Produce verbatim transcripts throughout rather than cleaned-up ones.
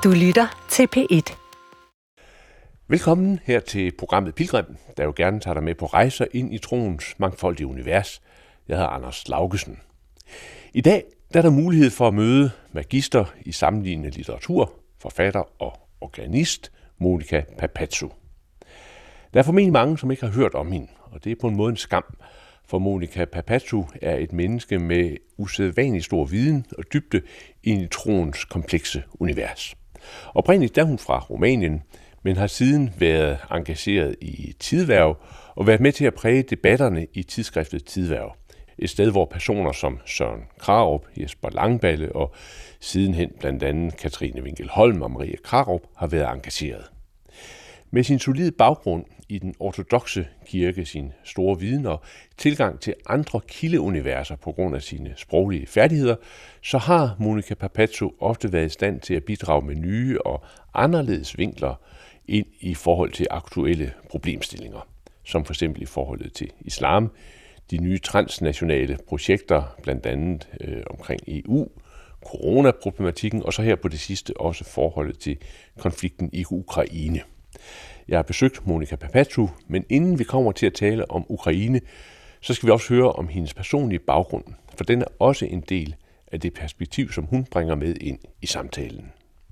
Du lytter til P et. Velkommen her til programmet Pilgrim, der jo gerne tager dig med på rejser ind i troens mangfoldige univers. Jeg hedder Anders Laugesen. I dag der er der mulighed for at møde magister i sammenlignende litteratur, forfatter og organist Monica Papazzu. Der er formentlig mange, som ikke har hørt om hende, og det er på en måde en skam, for Monica Papazzu er et menneske med usædvanlig stor viden og dybde ind i troens komplekse univers. Oprindeligt er hun fra Rumænien, men har siden været engageret i Tidehverv og været med til at præge debatterne i tidsskriftet Tidehverv. Et sted, hvor personer som Søren Krarup, Jesper Langballe og sidenhen blandt andet Katrine Winkel-Holm og Marie Krarup har været engageret. Med sin solide baggrund i den ortodokse kirke, sin store viden og tilgang til andre kildeuniverser på grund af sine sproglige færdigheder, så har Monica Papazzu ofte været i stand til at bidrage med nye og anderledes vinkler ind i forhold til aktuelle problemstillinger, som for eksempel i forholdet til islam, de nye transnationale projekter, blandt andet øh, omkring E U, coronaproblematikken og så her på det sidste også forholdet til konflikten i Ukraine. Jeg har besøgt Monica Papazzu, men inden vi kommer til at tale om Ukraine, så skal vi også høre om hendes personlige baggrund, for den er også en del af det perspektiv, som hun bringer med ind i samtalen.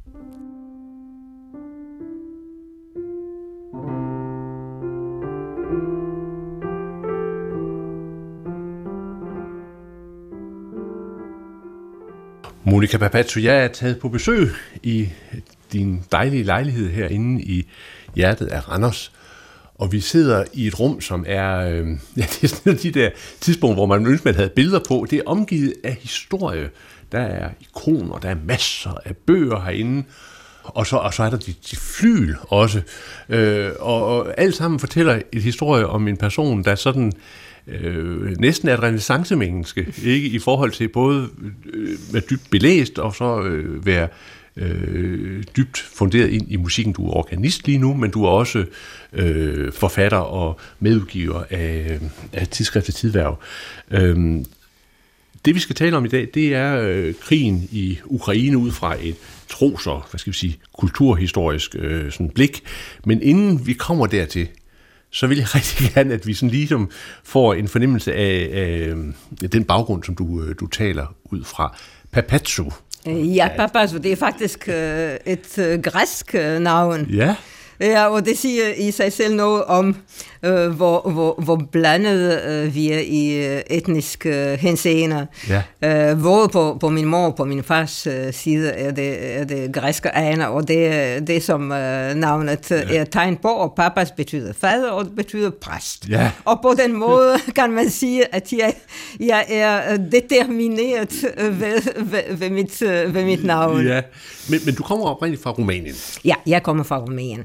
Monica Papazzu, jeg er taget på besøg i din dejlige lejlighed herinde i hjertet af Randers. Og vi sidder i et rum, som er, øh, ja, det er sådan de der tidspunkter, hvor man ønsker, man havde billeder på. Det er omgivet af historie. Der er ikoner, der er masser af bøger herinde. Og så, og så er der de, de flyl også. Øh, og, og alt sammen fortæller et historie om en person, der sådan øh, næsten er et renæssancemenneske, ikke, i forhold til både øh, være dybt belæst og så øh, være Øh, dybt funderet ind i musikken. Du er organist lige nu, men du er også øh, forfatter og medudgiver af, af tidsskriftet Tidehverv. Øh, det vi skal tale om i dag, det er øh, krigen i Ukraine ud fra et tros- og hvad skal vi sige, kulturhistorisk øh, sådan blik. Men inden vi kommer dertil, så vil jeg rigtig gerne, at vi sådan ligesom får en fornemmelse af, af den baggrund, som du, du taler ud fra. Papazzu. Ja, Papazzu, det er faktisk øh, et øh, græsk øh, navn. Ja. Ja, og det siger i sig selv noget om, øh, hvor, hvor, hvor blandet øh, vi er i øh, etniske øh, henseender. Ja. Øh, både på, på min mor og på min fars øh, side er det, er det græske aner, og det det som øh, navnet ja. er tegn på, og papas betyder fader, og det betyder præst. Ja. Og på den måde kan man sige, at jeg, jeg er determineret ved, ved, ved, mit, ved mit navn. Ja. Men, men du kommer oprindeligt fra Rumænien? Ja, jeg kommer fra Rumænien.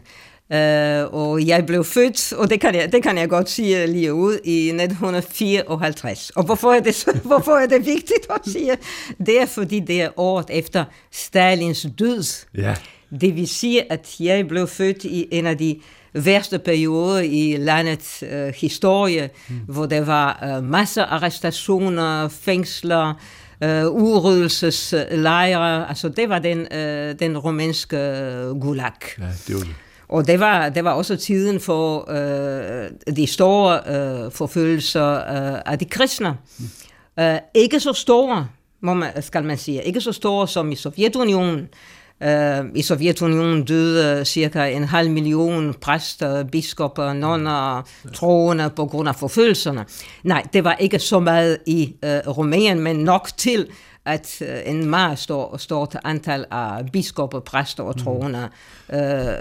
Uh, og jeg blev født, og det kan jeg, det kan jeg godt sige lige ud, i nitten fireoghalvtreds. Og hvorfor er, det, hvorfor er det vigtigt at sige? Det er fordi det er året efter Stalins død. Ja. Det vil sige, at jeg blev født i en af de værste perioder i landets uh, historie, hmm. hvor der var uh, masser af arrestationer, fængsler, uh, udryddelseslejre. Altså det var den, uh, den rumænske uh, gulag. Ja, det var det. Og det var, det var også tiden for øh, de store øh, forfølgelser øh, af de kristne. Mm. Øh, ikke så store, må man, skal man sige, ikke så store som i Sovjetunionen. Øh, I Sovjetunionen døde cirka en halv million præster, biskopper, nonner, troende på grund af forfølgelserne. Nej, det var ikke så meget i øh, Rumænien, men nok til, at en meget stor, stort antal af biskopper, præster og troende øh,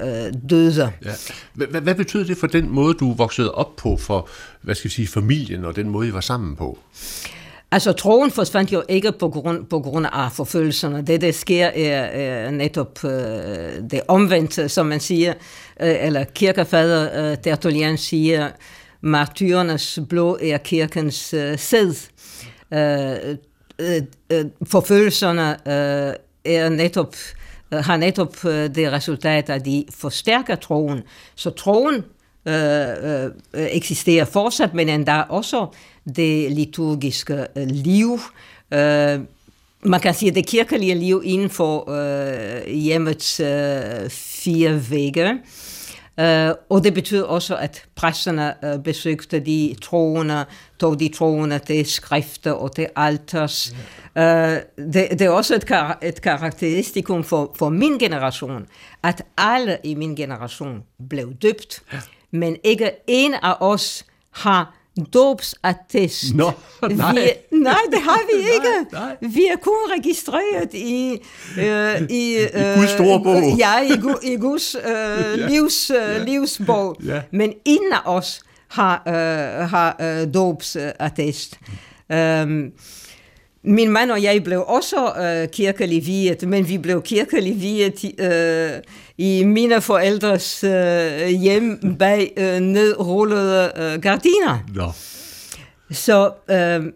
døde. Ja. Hvad, hvad betyder det for den måde, du voksede op på, for hvad skal vi sige, familien og den måde, I var sammen på? Altså, troen forsvandt jo ikke på grund, på grund af forfølgelserne. Det, der sker, er, er netop øh, det omvendte, som man siger, øh, eller kirkefader øh, Tertullian siger, martyrernes blod er kirkens øh, sæd. Øh, øh, øh, forfølgelserne øh, er netop, øh, har netop øh, det resultat, at de forstærker troen. Så troen øh, øh, eksisterer fortsat, men endda også det liturgiske øh, liv. Øh, man kan sige, det kirkelige liv inden for øh, hjemmets øh, fire vægge. Uh, og det betyder også, at præsterne uh, besøgte de troende, tog de troende til skrifter og til alters. Uh, det, det er også et, kar- et karakteristikum for, for min generation, at alle i min generation blev døbt, ja. Men ikke en af os har dåbsattest. Nå, nej. Vi, nej, det har vi ikke. nej, nej. Vi er kun registreret i... Øh, i, øh, I Guds store bog. Ja, i, i Guds øh, ja. livs, øh, ja. livsbog. Ja. Men ingen af os har, øh, har øh, dåbsattest. Mm. Øhm, min mand og jeg blev også øh, kirkelig viet, men vi blev kirkelig viet øh, i mine forældres øh, hjem bag øh, nedrullede øh, gardiner. No. Så øh,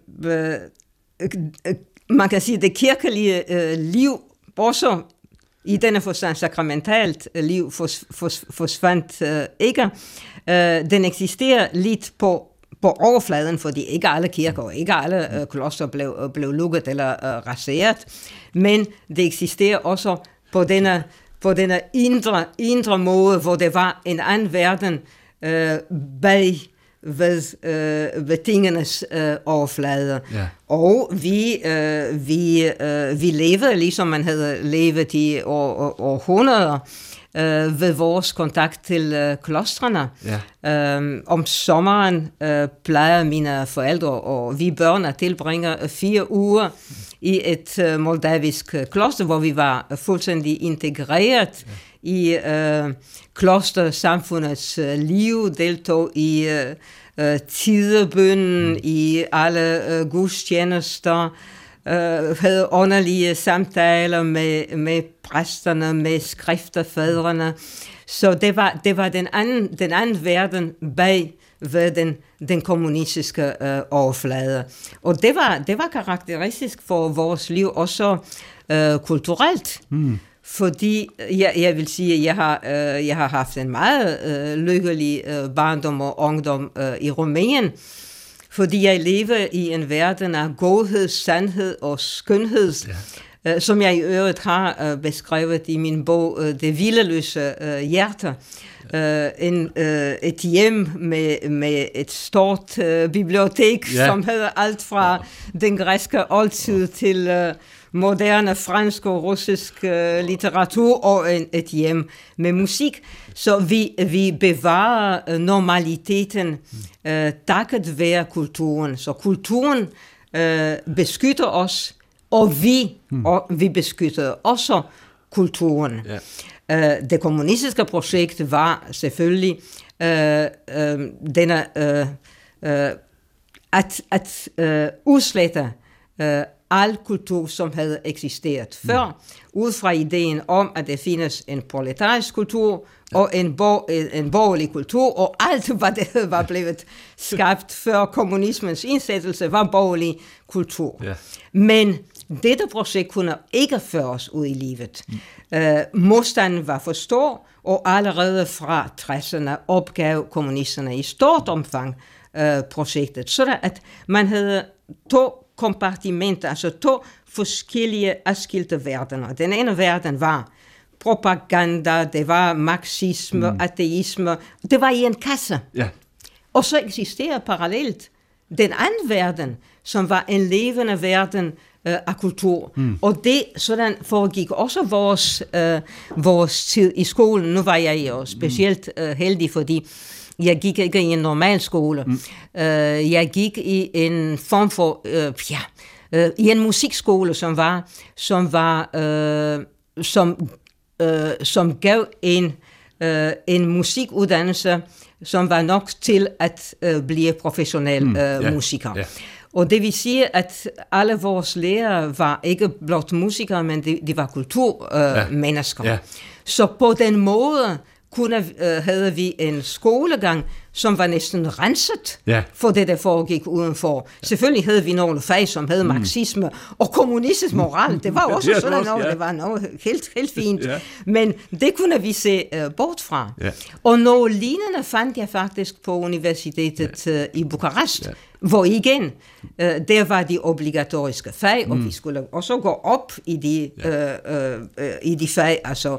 øh, man kan sige, at det kirkelige øh, liv, også i denne forstand sakramentalt liv, fors, fors, forsvandt øh, ikke. Øh, den eksisterer lidt på på overfladen, fordi ikke alle kirker og ikke alle øh, kloster blev, øh, blev lukket eller øh, raseret, men det eksisterer også på denne, på denne indre, indre måde, hvor det var en anden verden øh, bag ved, øh, ved tingenes øh, overflade. Ja. Og vi, øh, vi, øh, vi levede, ligesom man havde levet i år, år, århundreder, Uh, ved vores kontakt til uh, klostrene. Ja. Uh, om sommeren uh, plejer mine forældre og vi børn at tilbringe uh, fire uger i et uh, moldavisk uh, kloster, hvor vi var uh, fuldstændig integreret ja. i uh, klostersamfundets uh, liv, deltog i uh, uh, tidebønnen, mm. i alle uh, gudstjenester, Uh, havde underlige samtaler med, med præsterne, med skrifterfædrene. Så det var, det var den, anden, den anden verden bag ved den, den kommunistiske uh, overflade. Og det var, det var karakteristisk for vores liv, også uh, kulturelt. Mm. Fordi jeg, jeg vil sige, at jeg har, uh, jeg har haft en meget uh, lykkelig uh, barndom og ungdom uh, i Rumænien, fordi jeg lever i en verden af godhed, sandhed og skønhed, ja. uh, som jeg i øvrigt har uh, beskrevet i min bog uh, Det hvileløse uh, hjerte. Ja. Uh, en, uh, et hjem med, med et stort uh, bibliotek, ja. Som hedder alt fra ja. Den græske oldtid ja. Til uh, moderne fransk og russisk uh, litteratur og en, et hjem med musik. Så vi, vi bevarer uh, normaliteten uh, takket være kulturen. Så kulturen uh, beskytter os, og vi, hmm. og vi beskytter også kulturen. Yeah. Uh, det kommunistiske projekt var selvfølgelig uh, uh, denne, uh, uh, at, at uh, udslette uh, al kultur, som havde eksisteret før, mm. ud fra ideen om, at der findes en proletarisk kultur og en, bo- en borgerlig kultur, og alt, hvad det var blevet skabt før kommunismens indsættelse, var borgerlig kultur. Yeah. Men dette projekt kunne ikke føres ud i livet. Mm. Uh, modstanden var for stor, og allerede fra tresserne opgav kommunisterne i stort omfang uh, projektet, så at man havde to kompartimenter, altså to forskellige adskilte verdener. Den ene verden var propaganda, det var marxisme, mm. ateisme, det var i en kasse. Yeah. Og så eksisterer parallelt den anden verden, som var en levende verden uh, af kultur. Mm. Og det sådan foregik også vores, uh, vores tid i skolen. Nu var jeg jo specielt uh, heldig, fordi jeg gik ikke i en normal skole. Mm. Uh, jeg gik i en form for, uh, ja, uh, i en musikskole, som var, som var, uh, som, uh, som gav en, uh, en musikuddannelse, som var nok til at uh, blive professionel uh, yeah. musiker. Yeah. Og det vil sige, at alle vores lærere var ikke blot musikere, men de, de var kulturmennesker. Uh, yeah. yeah. Så på den måde kunne, uh, havde vi en skolegang, som var næsten renset ja. for det, der foregik udenfor. Ja. Selvfølgelig havde vi nogle fag, som havde mm. marxisme og kommunistisk moral. Det var også ja, sådan noget, ja. det var noget helt, helt fint. Ja. Men det kunne vi se uh, bort fra. Ja. Og noget lignende fandt jeg faktisk på universitetet ja. uh, i Bukarest, ja. hvor igen, uh, der var de obligatoriske fag, mm. og vi skulle også gå op i de, ja. uh, uh, i de fag, altså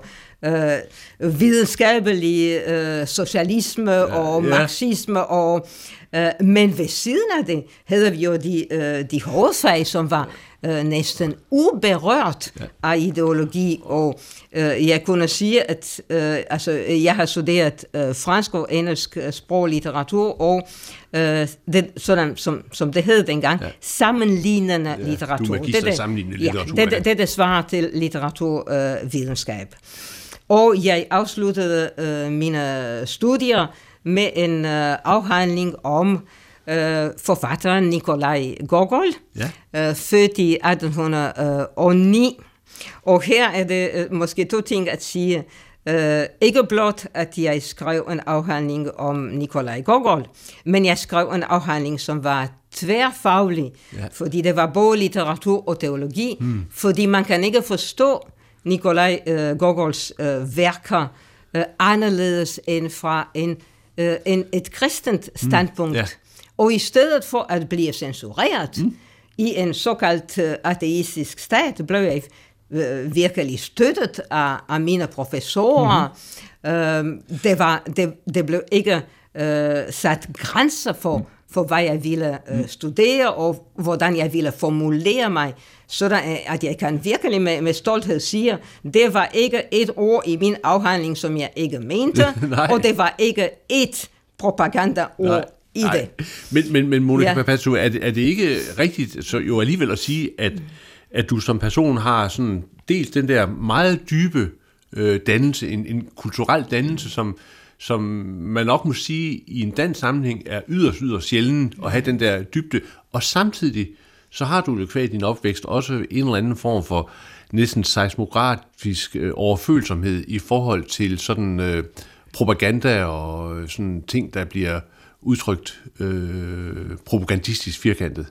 uh, videnskabelig uh, socialisme ja. og marxisme, ja. og, uh, men ved siden af det havde vi jo de, uh, de hovedfag, som var uh, næsten uberørt ja. af ideologi, og uh, jeg kunne sige, at uh, altså, jeg har studeret uh, fransk og engelsk sprog og litteratur, og uh, det, sådan som, som det hed dengang, ja. sammenlignende ja, litteratur. Du magister det, sammenlignende litteratur. Ja, det, det, det, det svarer til litteraturvidenskab. Uh, og jeg afsluttede uh, mine studier med en uh, afhandling om uh, forfatteren Nikolaj Gogol, ja. uh, født i atten hundrede og ni. Og her er det uh, måske to ting at sige. Uh, ikke blot, at jeg skrev en afhandling om Nikolaj Gogol, men jeg skrev en afhandling, som var tværfaglig, ja. fordi det var både litteratur og teologi, hmm. fordi man kan ikke forstå Nikolaj uh, Gogols uh, værker uh, anderledes end fra en, uh, en, et kristent standpunkt. Mm, yeah. Og i stedet for at blive censureret mm. i en såkaldt uh, ateistisk stat, blev jeg uh, virkelig støttet af, af mine professorer. Mm-hmm. Uh, det, var, det, det blev ikke uh, sat grænser for, mm. for hvad jeg ville uh, studere, og hvordan jeg ville formulere mig, så at jeg kan virkelig med, med stolthed sige, det var ikke et ord i min afhandling, som jeg ikke mente, og det var ikke et propagandaord nej, i nej. det. Men, men, men Monica ja. Papazov, er det, er det ikke rigtigt så jo alligevel at sige, at, at du som person har sådan dels den der meget dybe øh, dannelse, en, en kulturel dannelse, som, som man nok må sige i en dansk sammenhæng er yderst, yderst sjældent at have den der dybde, og samtidig så har du jo kvæg din opvækst også en eller anden form for næsten seismografisk øh, overfølsomhed i forhold til sådan øh, propaganda og sådan ting, der bliver udtrykt øh, propagandistisk firkantet.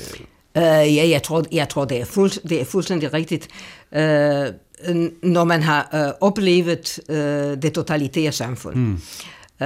Uh, ja, jeg tror, jeg tror det, er fuld, det er fuldstændig rigtigt. Uh, når man har uh, oplevet uh, det totalitære samfund, mm. uh,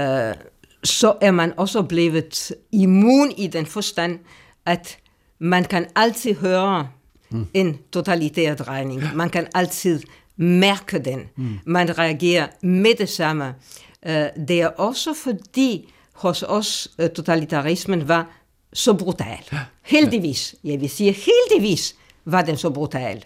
så er man også blevet immun i den forstand, at man kan altid høre mm. en totalitær drejning. Man kan altid mærke den. Mm. Man reagerer med det samme. Uh, det er også fordi hos os uh, totalitarismen var så brutal. Heldigvis, jeg vil sige heldigvis, var den så brutal.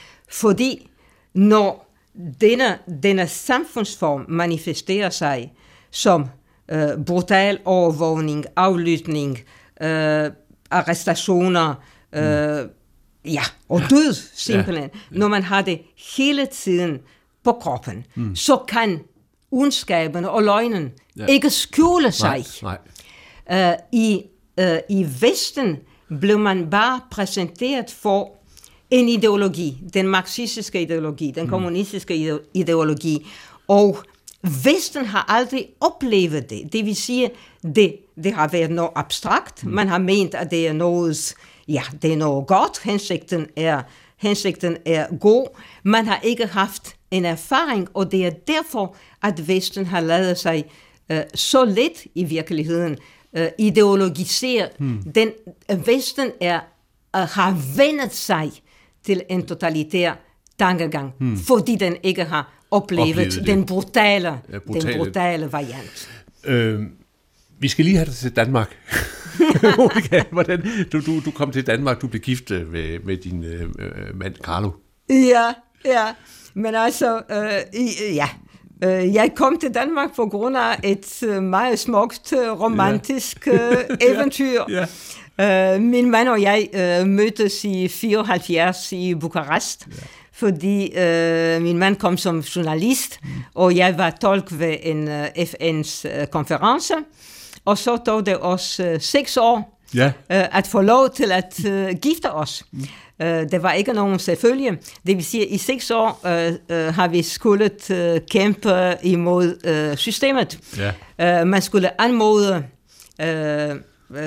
Fordi når denne, denne samfundsform manifesterer sig som uh, brutal overvågning, aflytning, uh, arrestationer, mm. øh, ja, og død simpelthen. Ja, ja. Når man har det hele tiden på kroppen, mm. så kan ondskaben og løgnen ja. ikke skjule sig. Nej, nej. Uh, i, uh, I Vesten blev man bare præsenteret for en ideologi, den marxistiske ideologi, den mm. kommunistiske ideologi, og Vesten har aldrig oplevet det. Det vil sige, det, det har været noget abstrakt. Mm. Man har ment, at det er noget, ja, det er noget godt. Hensigten er, hensigten er god. Man har ikke haft en erfaring, og det er derfor, at Vesten har lavet sig uh, så let i virkeligheden uh, ideologisere. Mm. Den, uh, Vesten er, uh, har vendt sig til en totalitær tankegang, mm. fordi den ikke har oplevet den brutale, ja, brutale. den brutale variant. Øh, vi skal lige have dig til Danmark. Monica, hvordan, du, du, du kom til Danmark, du blev gift med, med din øh, mand Carlo. Ja, ja. Men altså, øh, ja. Jeg kom til Danmark på grund af et meget smukt, romantisk ja. eventyr. Ja. Min mand og jeg mødtes i fireoghalvfjerds i Bukarest. Ja. Fordi øh, min mand kom som journalist, mm. og jeg var tolk ved en uh, F N's uh, konference. Og så tog det os uh, seks år, ja. øh, at få lov til at øh, gifte os. Mm. Øh, det var ikke nogen selvfølge. Det vil sige, at i seks år øh, øh, har vi skullet øh, kæmpe imod øh, systemet. Ja. Øh, man skulle anmode øh,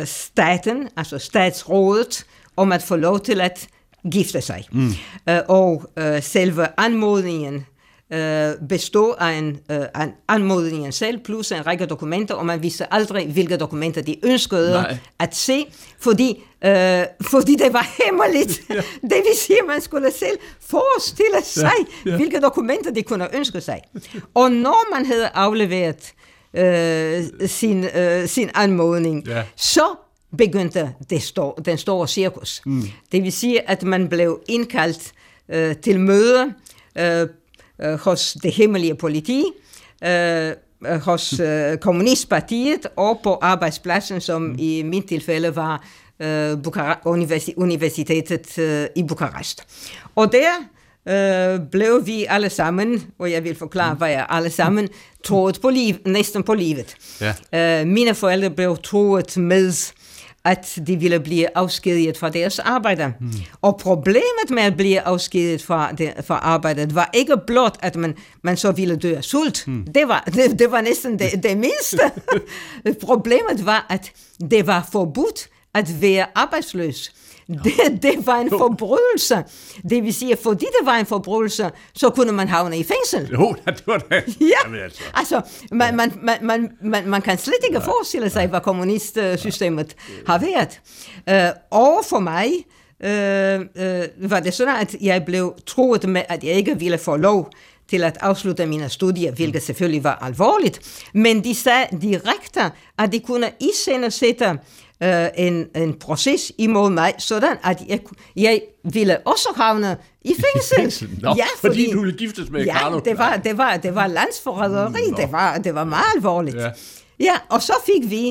staten, altså statsrådet, om at få lov til at gifte sig. Mm. Øh, og øh, selve anmodningen øh, bestod af en, øh, en anmodningen selv, plus en række dokumenter, og man vidste aldrig, hvilke dokumenter de ønskede Nej. at se, fordi, øh, fordi det var hemmeligt. Ja. Det vil sige, at man skulle selv forestille sig, ja. Ja. hvilke dokumenter de kunne ønske sig. Og når man havde afleveret øh, sin, øh, sin anmodning, ja. så begyndte det store, den store cirkus. Mm. Det vil sige, at man blev indkaldt øh, til møde øh, øh, hos det hemmelige politi, øh, hos øh, Kommunistpartiet og på arbejdspladsen, som mm. i mit tilfælde var øh, Bukara- universi- Universitetet øh, i Bukarest. Og der øh, blev vi alle sammen, og jeg vil forklare, hvad jeg alle sammen, troet på liv, næsten på livet. Ja. Øh, mine forældre blev troet med at de ville blive afskediget fra deres arbejde. Mm. Og problemet med at blive afskediget fra, det, fra arbejdet var ikke blot, at man, man så ville dø af sult. Mm. Det, var, det, det var næsten det, det mindste. Problemet var, at det var forbudt at være arbejdsløs. Det, det var en forbrydelse. Det vil sige, at fordi det var en forbrydelse, så kunne man havne i fængsel. Jo, det var det. Ja, Jamen, altså, altså man, man, man, man, man, man kan slet ikke Nej. forestille sig, hvad kommunistsystemet har været. Uh, og for mig uh, uh, var det sådan, at jeg blev troet med, at jeg ikke ville få lov til at afslutte mine studier, hvilket selvfølgelig var alvorligt. Men de sagde direkte, at de kunne iscenesætte Uh, en, en proces imod mig, sådan at jeg, jeg ville også havne i fængsel. Nå, ja, fordi, fordi du ville giftes med ja, Carlo. det var, det var, det var landsforræderi, det var, det var meget alvorligt. Ja. ja, og så fik vi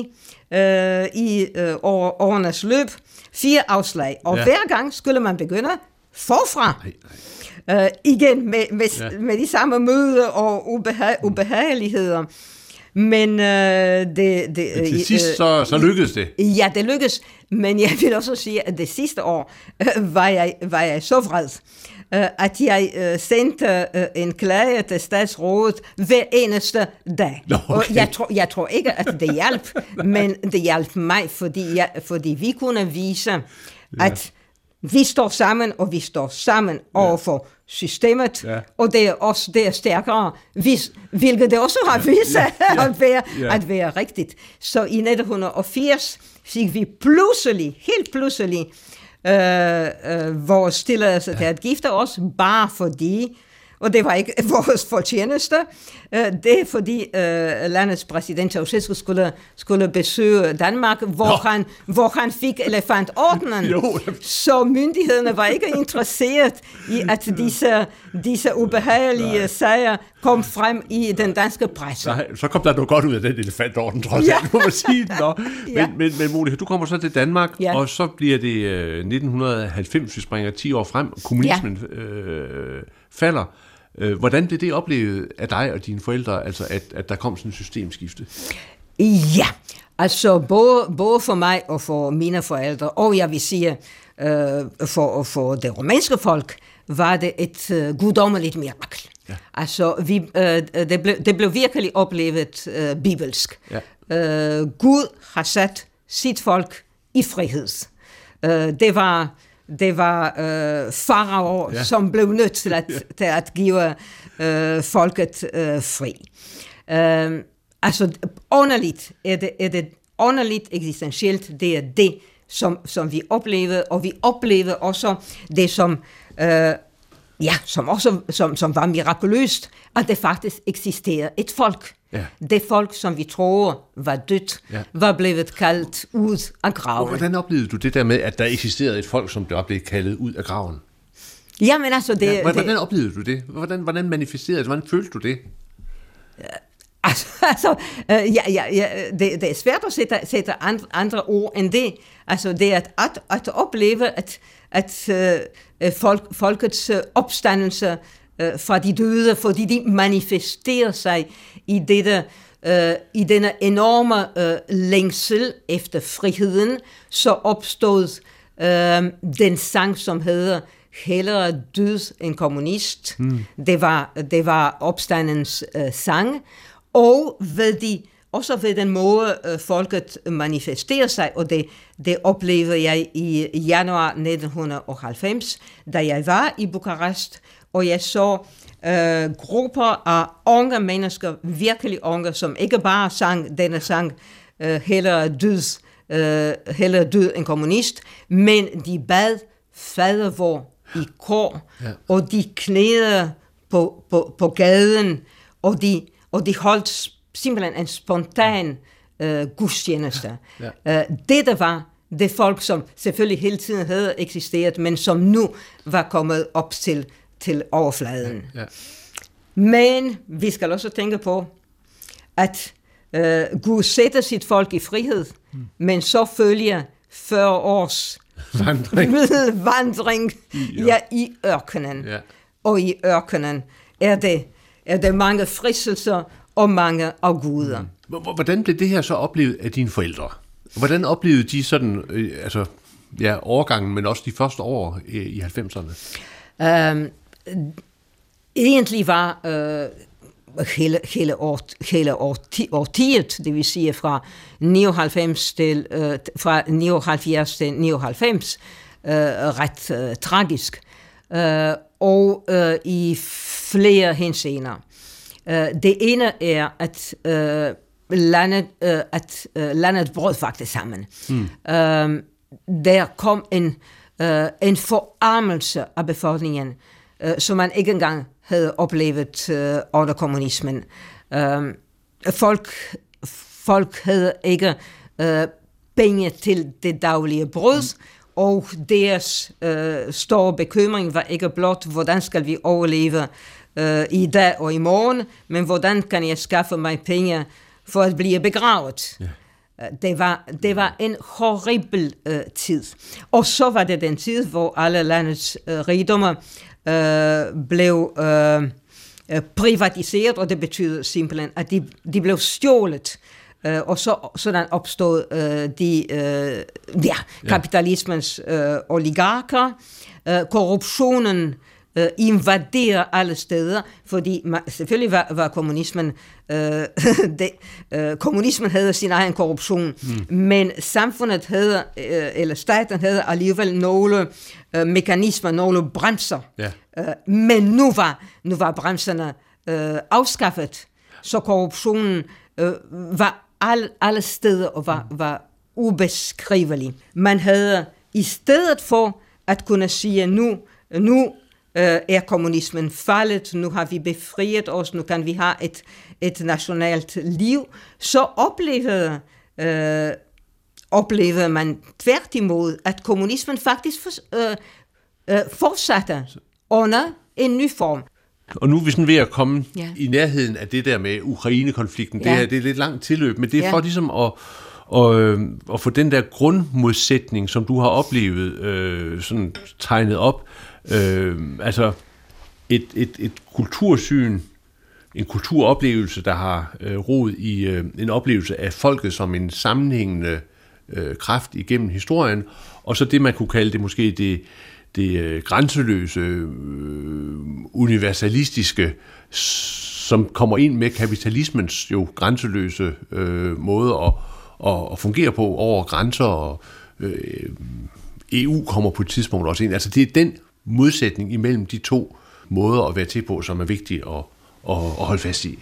uh, i uh, år, årenes løb fire afslag, og ja. hver gang skulle man begynde forfra. Nej, nej. Uh, igen med, med, ja. med de samme møder og ubehag, ubehageligheder. Men øh, det, det, men til sidst så, så lykkedes det. Ja, det lykkedes. Men jeg vil også sige, at det sidste år øh, var, jeg, var jeg så vred, øh, at jeg øh, sendte øh, en klage til statsrådet hver eneste dag. Okay. Og jeg, tro, jeg tror ikke, at det hjalp, men det hjalp mig, fordi, jeg, fordi vi kunne vise, ja. at vi står sammen, og vi står sammen overfor systemet, ja. og det er også det er stærkere, hvis, hvilket det også har vist sig ja. ja. at, være, ja. at være rigtigt. Så i nitten firs fik vi pludselig, helt pludselig, øh, øh, vores tilladelse ja. til at gifte os, bare fordi, og det var ikke vores fortjeneste, det er fordi uh, landets præsident Ceausescu skulle, skulle besøge Danmark, hvor han, hvor han fik elefantordenen. Så myndighederne var ikke interesseret i, at disse, disse ubehagelige Nej. sager kom frem i den danske presse. Nej, så kom der noget godt ud af den elefantorden, trods alt, ja. må man sige. Nå. Men, ja. men, men Monica, du kommer så til Danmark, ja. og så bliver det uh, nitten halvfems, vi springer ti år frem, og kommunismen ja. øh, falder. Hvordan blev det oplevet af dig og dine forældre, altså at, at der kom sådan et systemskifte? Ja, altså både, både for mig og for mine forældre, og jeg vil sige, øh, for, for det rumænske folk, var det et uh, guddommeligt mirakel. Ja. Altså, vi, øh, det, blev, det blev virkelig oplevet øh, bibelsk. Ja. Øh, Gud har sat sit folk i frihed. Øh, det var... Det var øh, farao, ja. som blev nødt til at, til at give øh, folket øh, fri. Øh, altså, underligt er det, er det underligt eksistentielt, det er det, som, som vi oplevede, og vi oplevede også det, som, øh, ja, som, også, som, som var mirakuløst, at det faktisk eksisterer et folk. Ja. Det folk, som vi tror var dødt, ja. var blevet kaldt ud af graven. Hvordan oplevede du det der med, at der eksisterede et folk, som blev blevet kaldet ud af graven? Jamen altså... Det, ja, hvordan det, oplevede du det? Hvordan, hvordan manifesterede det? Hvordan følte du det? Altså, altså øh, ja, ja, ja, det, det er svært at sætte, sætte andre, andre ord end det. Altså det at, at, at opleve, at, at øh, folk, folkets opstandelse fra de døde, fordi de manifesterer sig i dette øh, i denne enorme øh, længsel efter friheden, så opstod øh, den sang, som hedder Hellere død end kommunist. Mm. Det var, det var opstandens øh, sang, og ved de, også ved den måde, øh, folket manifesterer sig, og det, det oplevede jeg i januar nitten halvfems, da jeg var i Bukarest, og jeg så øh, grupper af unge mennesker, virkelig unge, som ikke bare sang denne sang, øh, Hellere død, øh, hellere død end kommunist, men de bad fader vor i kor, ja. Og de knæede på, på, på gaden, og de, og de holdt simpelthen en spontan øh, gudstjeneste. Ja. Ja. Øh, det der var det folk, som selvfølgelig hele tiden havde eksisteret, men som nu var kommet op til, til overfladen. Ja. Ja. Men vi skal også tænke på, at øh, Gud sætter sit folk i frihed, mm. men så følger fyrre års vandring, vandring I, ja, i ørkenen. Ja. Og i ørkenen er det, er det mange fristelser og mange afguder. Mm. Hvordan blev det her så oplevet af dine forældre? Hvordan oplevede de sådan, øh, altså, ja, overgangen, men også de første år øh, i halvfemserne? Um, egentlig var øh, hele, hele, år, hele årti, årtiet, det vil sige fra nioghalvfems til, øh, fra nioghalvfjerds til nioghalvfems, øh, ret øh, tragisk. Øh, og øh, i flere henseender. Øh, det ene er, at øh, landet, øh, at øh, landet brød faktisk sammen. Mm. Øh, der kom en, øh, en forarmelse af befolkningen, øh, som man ikke engang havde oplevet øh, under kommunismen. Øh, folk, folk havde ikke øh, penge til det daglige brød, mm. og deres øh, store bekymring var ikke blot, hvordan skal vi overleve øh, i dag og i morgen, men hvordan kan jeg skaffe mig penge for at blive begravet. Yeah. Det var, det var en horribel øh, tid. Og så var det den tid, hvor alle landets øh, rigdommer øh, blev øh, privatiseret, og det betyder simpelthen, at de, de blev stjålet. Øh, og så sådan opstod øh, de øh, ja, kapitalismens øh, oligarker. Øh, korruptionen øh, invaderer alle steder, fordi man, selvfølgelig var, var kommunismen øh, det, øh, kommunismen havde sin egen korruption, mm. men samfundet havde, øh, eller staten havde alligevel nogle øh, mekanismer, nogle bremser. Yeah. Øh, men nu var, nu var bremserne øh, afskaffet, så korruptionen øh, var alle, alle steder og var, var ubeskrivelig. Man havde i stedet for at kunne sige, nu, nu øh, er kommunismen faldet, nu har vi befriet os, nu kan vi have et, et nationalt liv, så oplevede, øh, oplevede man tværtimod, at kommunismen faktisk for, øh, øh, fortsatte under en ny form. Og nu er vi sådan ved at komme ja. i nærheden af det der med Ukraine-konflikten. Det, ja. er, det er lidt langt tilløb, men det er ja. for ligesom at, at, at få den der grundmodsætning, som du har oplevet, øh, sådan tegnet op. Øh, altså et, et, et kultursyn, en kulturoplevelse, der har øh, rod i øh, en oplevelse af folket som en sammenhængende øh, kraft igennem historien, og så det, man kunne kalde det måske det det øh, grænseløse, øh, universalistiske, som kommer ind med kapitalismens jo grænseløse øh, måde at, at, at fungere på over grænser, og øh, E U kommer på et tidspunkt også ind. Altså det er den modsætning imellem de to måder at være til på, som er vigtigt at, at, at holde fast i.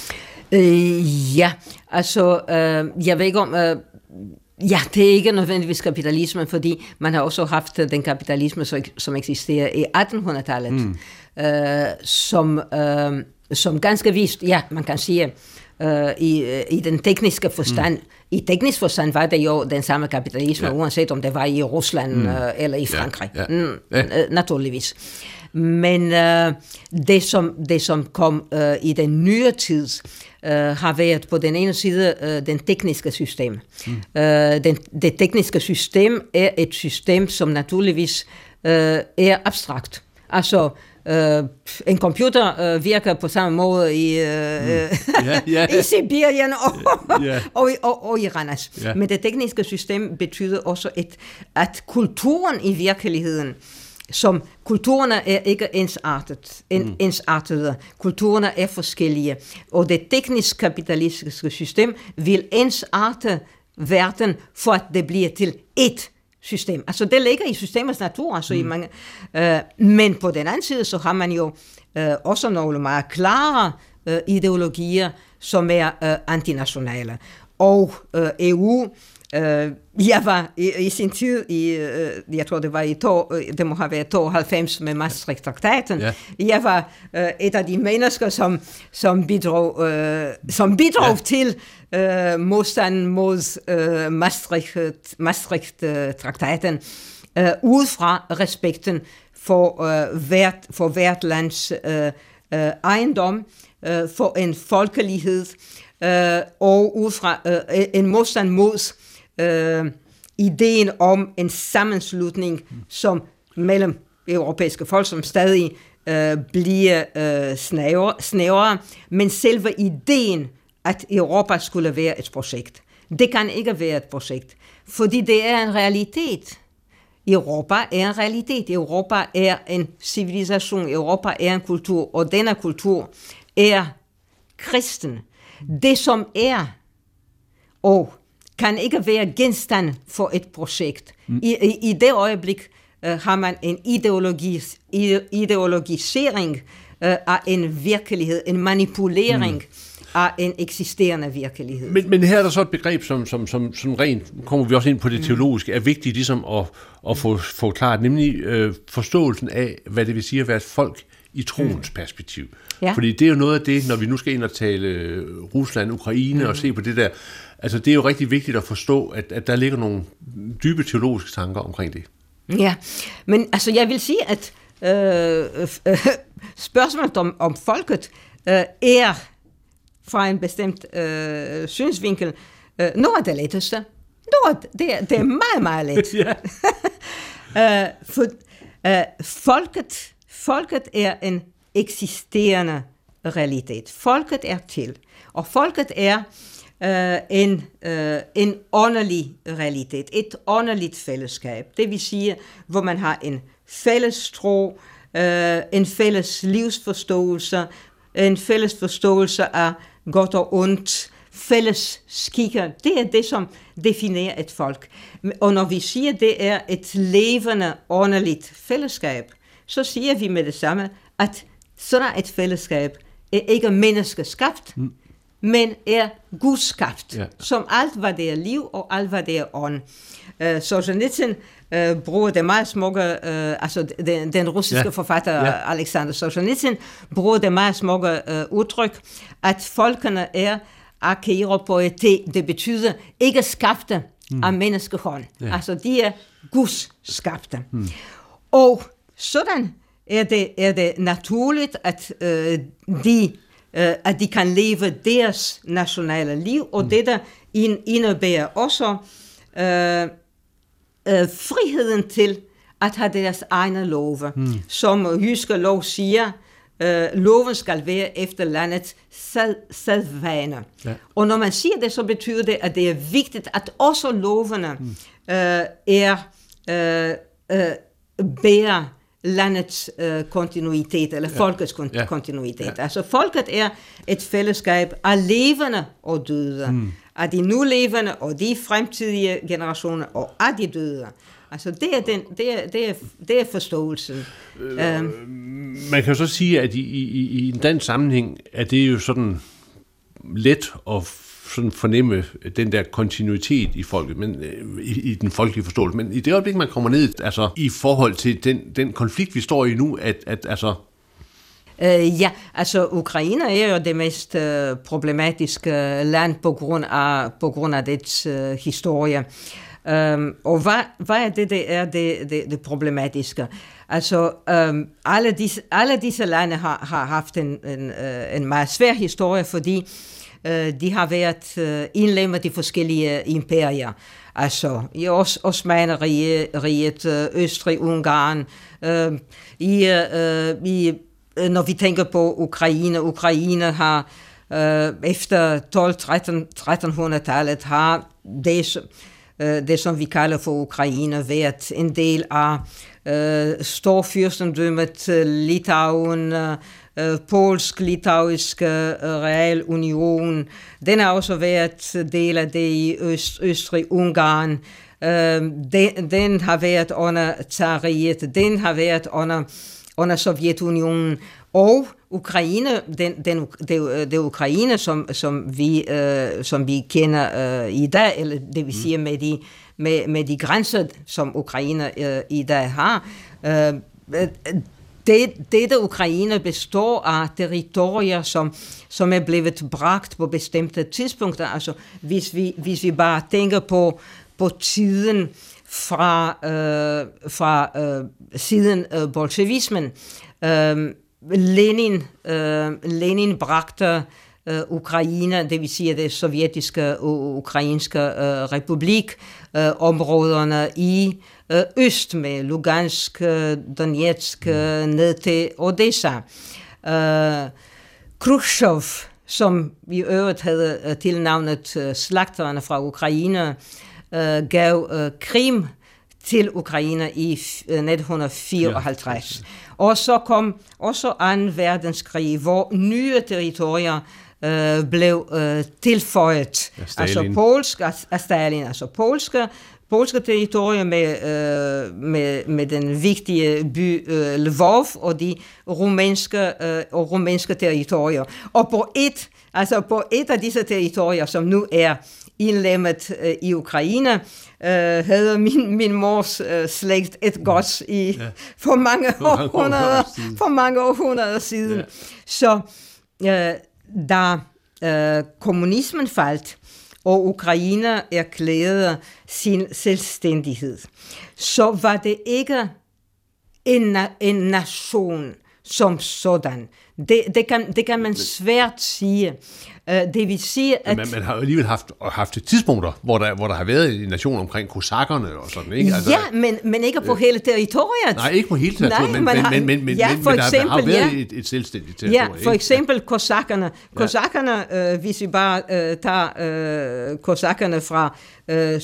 Øh, ja, altså øh, jeg ved ikke om... Øh Ja, det er ikke nødvendigvis kapitalismen, fordi man har også haft den kapitalisme, som eksisterer i attenhundredetallet, mm. øh, som, øh, som ganske vist, ja, man kan sige, øh, i, i den tekniske forstand, mm. i teknisk forstand var det jo den samme kapitalisme, ja. uanset om det var i Rusland mm. øh, eller i Frankrig, ja. Ja. Mm, ja. naturligvis. Men øh, det, som, det, som kom øh, i den nye tid, øh, har været på den ene side øh, den tekniske system. Mm. Øh, den, det tekniske system er et system, som naturligvis øh, er abstrakt. Altså, øh, en computer øh, virker på samme måde i, øh, mm. yeah, yeah. i Sibirien og, yeah. og, og, og i Randers. Yeah. Men det tekniske system betyder også, et, at kulturen i virkeligheden, som kulturerne er ikke ensartet, en, mm. ensartede, kulturerne er forskellige, og det teknisk kapitalistiske system vil ensarte verden, for at det bliver til ét system. Altså det ligger i systemets natur, altså mm. i mange, øh, men på den anden side, så har man jo øh, også nogle meget klare øh, ideologier, som er øh, antinationale. Og øh, E U, øh, jeg var i, i sin tid, i, øh, jeg tror det var i to, det må have været tooghalvfems med Maastricht-traktaten, yeah. jeg var øh, et af de mennesker, som, som bidrog, øh, som bidrog yeah. til øh, modstand mod øh, Maastricht, Maastricht-traktaten, øh, ud fra respekten for, øh, hvert, for hvert lands øh, øh, ejendom, øh, for en folkelighed, øh, og ud fra øh, en modstand mod øh, ideen om en sammenslutning mm. som mellem europæiske folk, som stadig øh, bliver øh, snævre, snævre, men selve ideen, at Europa skulle være et projekt, det kan ikke være et projekt, fordi det er en realitet. Europa er en realitet. Europa er en civilisation. Europa er en kultur, og denne kultur er kristen. Det som er, og kan ikke være genstand for et projekt. Mm. I, i, I det øjeblik uh, har man en ideologi, ideologisering uh, af en virkelighed, en manipulering mm. af en eksisterende virkelighed. Men, men her er der så et begreb, som, som, som, som rent, kommer vi også ind på det teologiske, er vigtigt ligesom at, at få, få klart, nemlig øh, forståelsen af, hvad det vil sige at være et folk i troens mm. perspektiv. Ja. Fordi det er jo noget af det, når vi nu skal ind og tale Rusland, Ukraine mm. og se på det der, altså det er jo rigtig vigtigt at forstå, at, at der ligger nogle dybe teologiske tanker omkring det. Ja, men altså jeg vil sige, at øh, øh, spørgsmålet om, om folket øh, er fra en bestemt øh, synsvinkel øh, noget af det letteste. Noget, det, er, det er meget, meget let. øh, for øh, folket, folket er en eksisterende realitet. Folket er til, og folket er øh, en, øh, en åndelig realitet, et åndeligt fællesskab. Det vil sige, hvor man har en fælles tro, øh, en fælles livsforståelse, en fælles forståelse af godt og ondt, fælles skikker. Det er det, som definerer et folk. Og når vi siger, at det er et levende, åndeligt fællesskab, så siger vi med det samme, at sådan et fællesskab er ikke menneskeskabt, mm. men er gudskabt, ja. Som alt, hvad det er liv, og alt, hvad det er ånd. Uh, Solzhenitsyn uh, bruger det meget smukke, uh, altså den, den russiske ja. forfatter ja. Alexander Solzhenitsyn bruger det meget smukke uh, udtryk, at folkene er archairopoiete, det betyder ikke skabte mm. af menneskehånd. Ja. Altså de er gudskabte. Mm. Og sådan er det, er det naturligt, at, øh, de, øh, at de kan leve deres nationale liv, og mm. det der indebærer også øh, øh, friheden til at have deres egne love. Mm. Som jyske lov siger, øh, loven skal være efter landets sædvane. Ja. Og når man siger det, så betyder det, at det er vigtigt, at også lovene mm. øh, er øh, øh, bærer landets øh, kontinuitet, eller ja. folkets kon- ja. kontinuitet. Ja. Altså folket er et fællesskab af levende og døde. Mm. Af de nulevende og de fremtidige generationer og af de døde. Altså det er, den, det er, det er, det er forståelsen. Øh, um. Man kan jo så sige, at i, i, i en dansk sammenhæng er det jo sådan let at sådan fornemme den der kontinuitet i folket, men i, i den folkelige forståelse. Men i det øjeblik, man kommer ned, altså i forhold til den, den konflikt, vi står i nu, at, at altså... Uh, ja, altså Ukraine er jo det mest uh, problematiske land på grund af, på grund af dets uh, historie. Um, og hvad, hvad er det, det er det, det, det problematiske? Altså, øhm, alle, disse, alle disse lande har, har haft en, en, en meget svær historie, fordi øh, de har været øh, indlemmet i forskellige imperier. Altså i Os- Osmaneriget, øh, Østrig, Ungarn, øh, i, øh, i, når vi tænker på Ukraine, Ukraine har øh, efter tolv-tretten-hundrede-tallet har det, øh, det, som vi kalder for Ukraine, været en del af øh, storfyrstendømmet Litauen, øh, polsk-litauiske realunion. Den har også været del af det i Øst, Østrig, Ungarn. Den, den har været under tsariet, den har været under, under Sovjetunionen. Og Ukraine, den, den, det, det Ukraine, som, som, vi, øh, som vi kender øh, i dag, eller det vil sige med de, med, med de grænser, som Ukraine øh, i dag har, øh, Det, dette Ukraine består af territorier, som, som er blevet bragt på bestemte tidspunkter. Altså, hvis vi, hvis vi bare tænker på, på tiden fra, øh, fra øh, siden øh, bolsjevismen. Øh, Lenin, øh, Lenin bragte øh, Ukraine, det vil sige det sovjetiske og ukrainske øh, republik, øh, områderne i øst med Lugansk, Donetsk, ned til Odessa. Uh, Khrushchev, som i øvrigt havde tilnavnet slagterne fra Ukraine, uh, gav uh, Krim til Ukraine i nitten fireoghalvtreds. Og så kom også anden verdenskrig, hvor nye territorier uh, blev uh, tilføjet. Altså polsk af Stalin, altså polske polske territorier med, øh, med, med den vigtige by øh, Lvov og de rumænske, øh, og rumænske territorier. Og på et, altså på et af disse territorier, som nu er indlemmet øh, i Ukraine, øh, havde min, min mors øh, slægt et gods i ja. for mange århundreder for mange århundreder siden. Ja. Så øh, da øh, kommunismen faldt, og Ukraine erklærede sin selvstændighed, så var det ikke en, en nation som sådan. Det, det, kan, det kan man svært sige. Uh, det vil sige, at... Men man, man har alligevel haft, haft tidspunkter, hvor der, hvor der har været en nation omkring kosakkerne og sådan, ikke? Altså, ja, men, men ikke på øh, hele territoriet. Nej, ikke på hele territoriet, men, men, men, men, men, ja, men, men der eksempel, har været ja. et, et selvstændigt territorium. Ja, for eksempel ja. kosakkerne. Kosakkerne, øh, hvis vi bare øh, tager øh, kosakkerne fra, øh,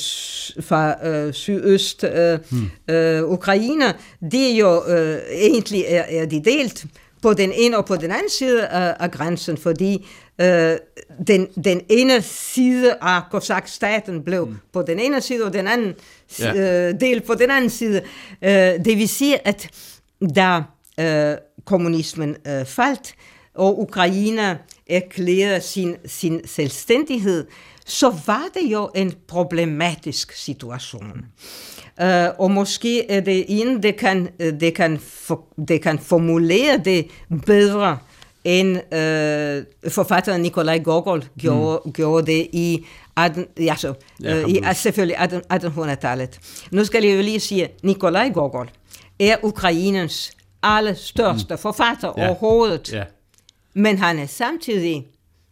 fra øh, sydøst øh, hmm. øh, Ukraine, de er jo øh, egentlig er, er de delt på den ene og på den anden side af, af grænsen, fordi øh, den, den ene side af Kosakstaten blev mm. på den ene side, og den anden ja. øh, del på den anden side. Øh, det vil sige, at da øh, kommunismen øh, faldt, og Ukraine erklærede sin, sin selvstændighed, så var det jo en problematisk situation. Uh, og måske er det en, det kan, det kan, for, det kan formulere det bedre, end uh, forfatteren Nikolaj Gogol gjorde, mm. gjorde det i, atten, altså, ja, uh, i selvfølgelig attenhundredetallet. Nu skal jeg jo lige sige, Nikolaj Gogol er Ukrainens allerstørste mm. forfatter ja. overhovedet, ja. men han er samtidig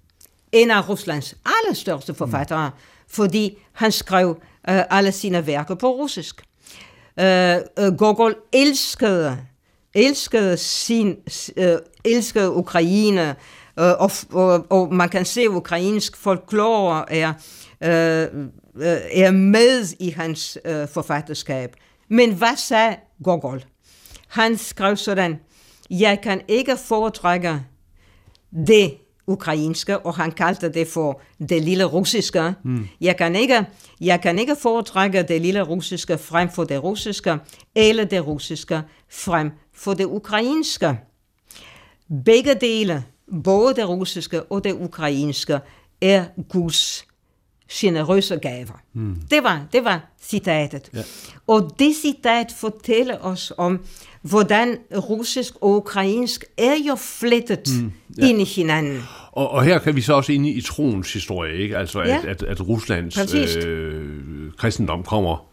en af Ruslands allerstørste forfattere, mm. fordi han skrev Uh, alle sine værker på russisk. Uh, uh, Gogol elskede, elskede, sin, uh, elskede Ukraine, uh, og, og, og man kan se, at ukrainsk folklore er, uh, uh, er med i hans uh, forfatterskab. Men hvad sagde Gogol? Han skrev sådan, jeg kan ikke foretrække det ukrainske, og han kaldte det for det lille russiske. Mm. Jeg kan ikke, jeg kan ikke foretrække det lille russiske frem for det russiske, eller det russiske frem for det ukrainske. Begge dele, både det russiske og det ukrainske, er Guds generøse gaver. Mm. Det var, det var citatet. Ja. Og det citat fortæller os om, hvordan russisk og ukrainsk er jo flettet mm, ja. ind i hinanden. Og, og her kan vi så også ind i troens historie, ikke? Altså at, ja. at, at Ruslands øh, kristendom kommer,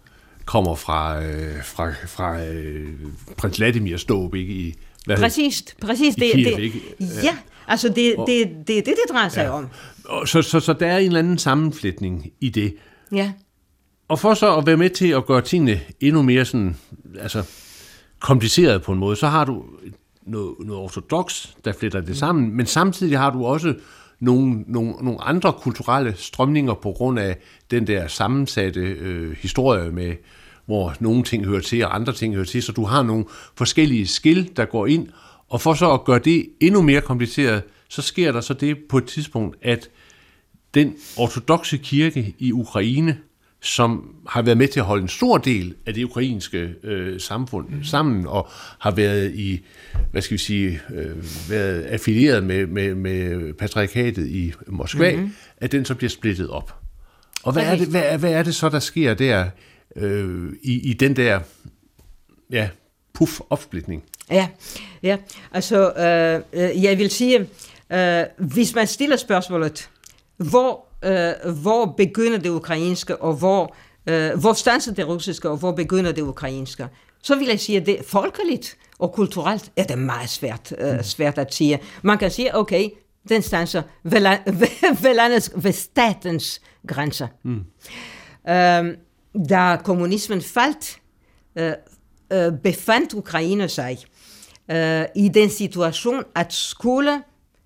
kommer fra, øh, fra, fra øh, prins Vladimirs dåb, ikke? I, hvad præcis, præcis. I det, Kiev, det, ikke? ja, altså det er det, det, det, det drejer sig ja. om. Og så, så, så der er en eller anden sammenflætning i det. Ja. Og for så at være med til at gøre tingene endnu mere sådan, altså, kompliceret på en måde, så har du noget, noget ortodoks, der fletter det sammen, men samtidig har du også nogle, nogle, nogle andre kulturelle strømninger på grund af den der sammensatte øh, historie med, hvor nogle ting hører til, og andre ting hører til, så du har nogle forskellige skil, der går ind, og for så at gøre det endnu mere kompliceret, så sker der så det på et tidspunkt, at den ortodokse kirke i Ukraine, som har været med til at holde en stor del af det ukrainske øh, samfund mm. sammen, og har været i, hvad skal vi sige, øh, været affilieret med, med, med patriarkatet i Moskva, mm-hmm. at den så bliver splittet op. Og hvad er det, hvad er, hvad er det så, der sker der øh, i, i den der, ja, puff opsplitning? Ja, ja. Altså, øh, jeg vil sige, øh, hvis man stiller spørgsmålet, hvor Uh, hvor begynder det ukrainske, og hvor, uh, hvor standser det russiske, og hvor begynder det ukrainske, så vil jeg sige, at det folkeligt og kulturelt er det meget svært, uh, svært at sige. Man kan sige, okay, den standser ved, ved, landets, ved statens grænser. Mm. Uh, da kommunismen faldt, uh, uh, befandt Ukraine sig uh, i den situation, at skulle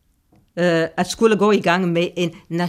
at skulle gå i gang med en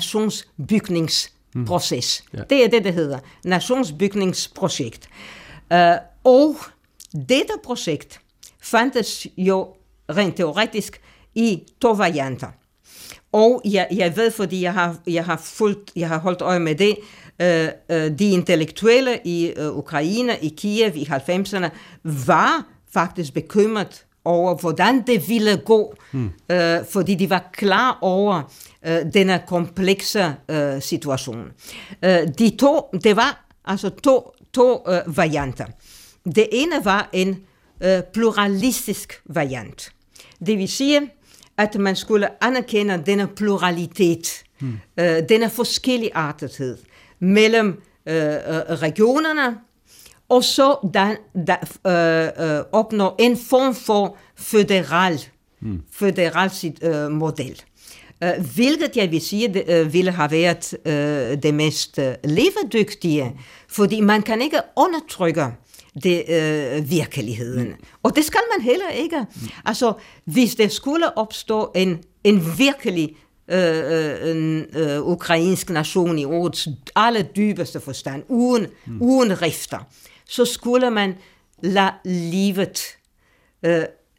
nationsbygningsproces. Mm. Ja. Det er det, det hedder. Nationsbygningsprojekt. Uh, og dette projekt fandtes jo rent teoretisk i to varianter. Og jeg, jeg ved, fordi jeg har, jeg har, fulgt, jeg har holdt øje med det, uh, uh, de intellektuelle i uh, Ukraine, i Kiev i halvfemserne, var faktisk bekymret over, hvordan det ville gå, mm. øh, fordi de var klar over øh, denne komplekse øh, situation. Øh, de to, det var altså to, to øh, varianter. Det ene var en øh, pluralistisk variant. Det vil sige, at man skulle anerkende denne pluralitet, mm. øh, denne forskelligartethed mellem øh, regionerne, og så da, da, øh, øh, opnå en form for føderal, mm. føderal øh, model. Uh, hvilket jeg vil sige, det, uh, ville have været uh, det mest uh, levedygtige, fordi man kan ikke undertrykke det, uh, virkeligheden. Mm. Og det skal man heller ikke. Mm. Altså, hvis der skulle opstå en, en virkelig uh, en, uh, ukrainsk nation i ordets allerdybeste forstand, uden, mm. uden rifter, så skulle man lade livet, øh,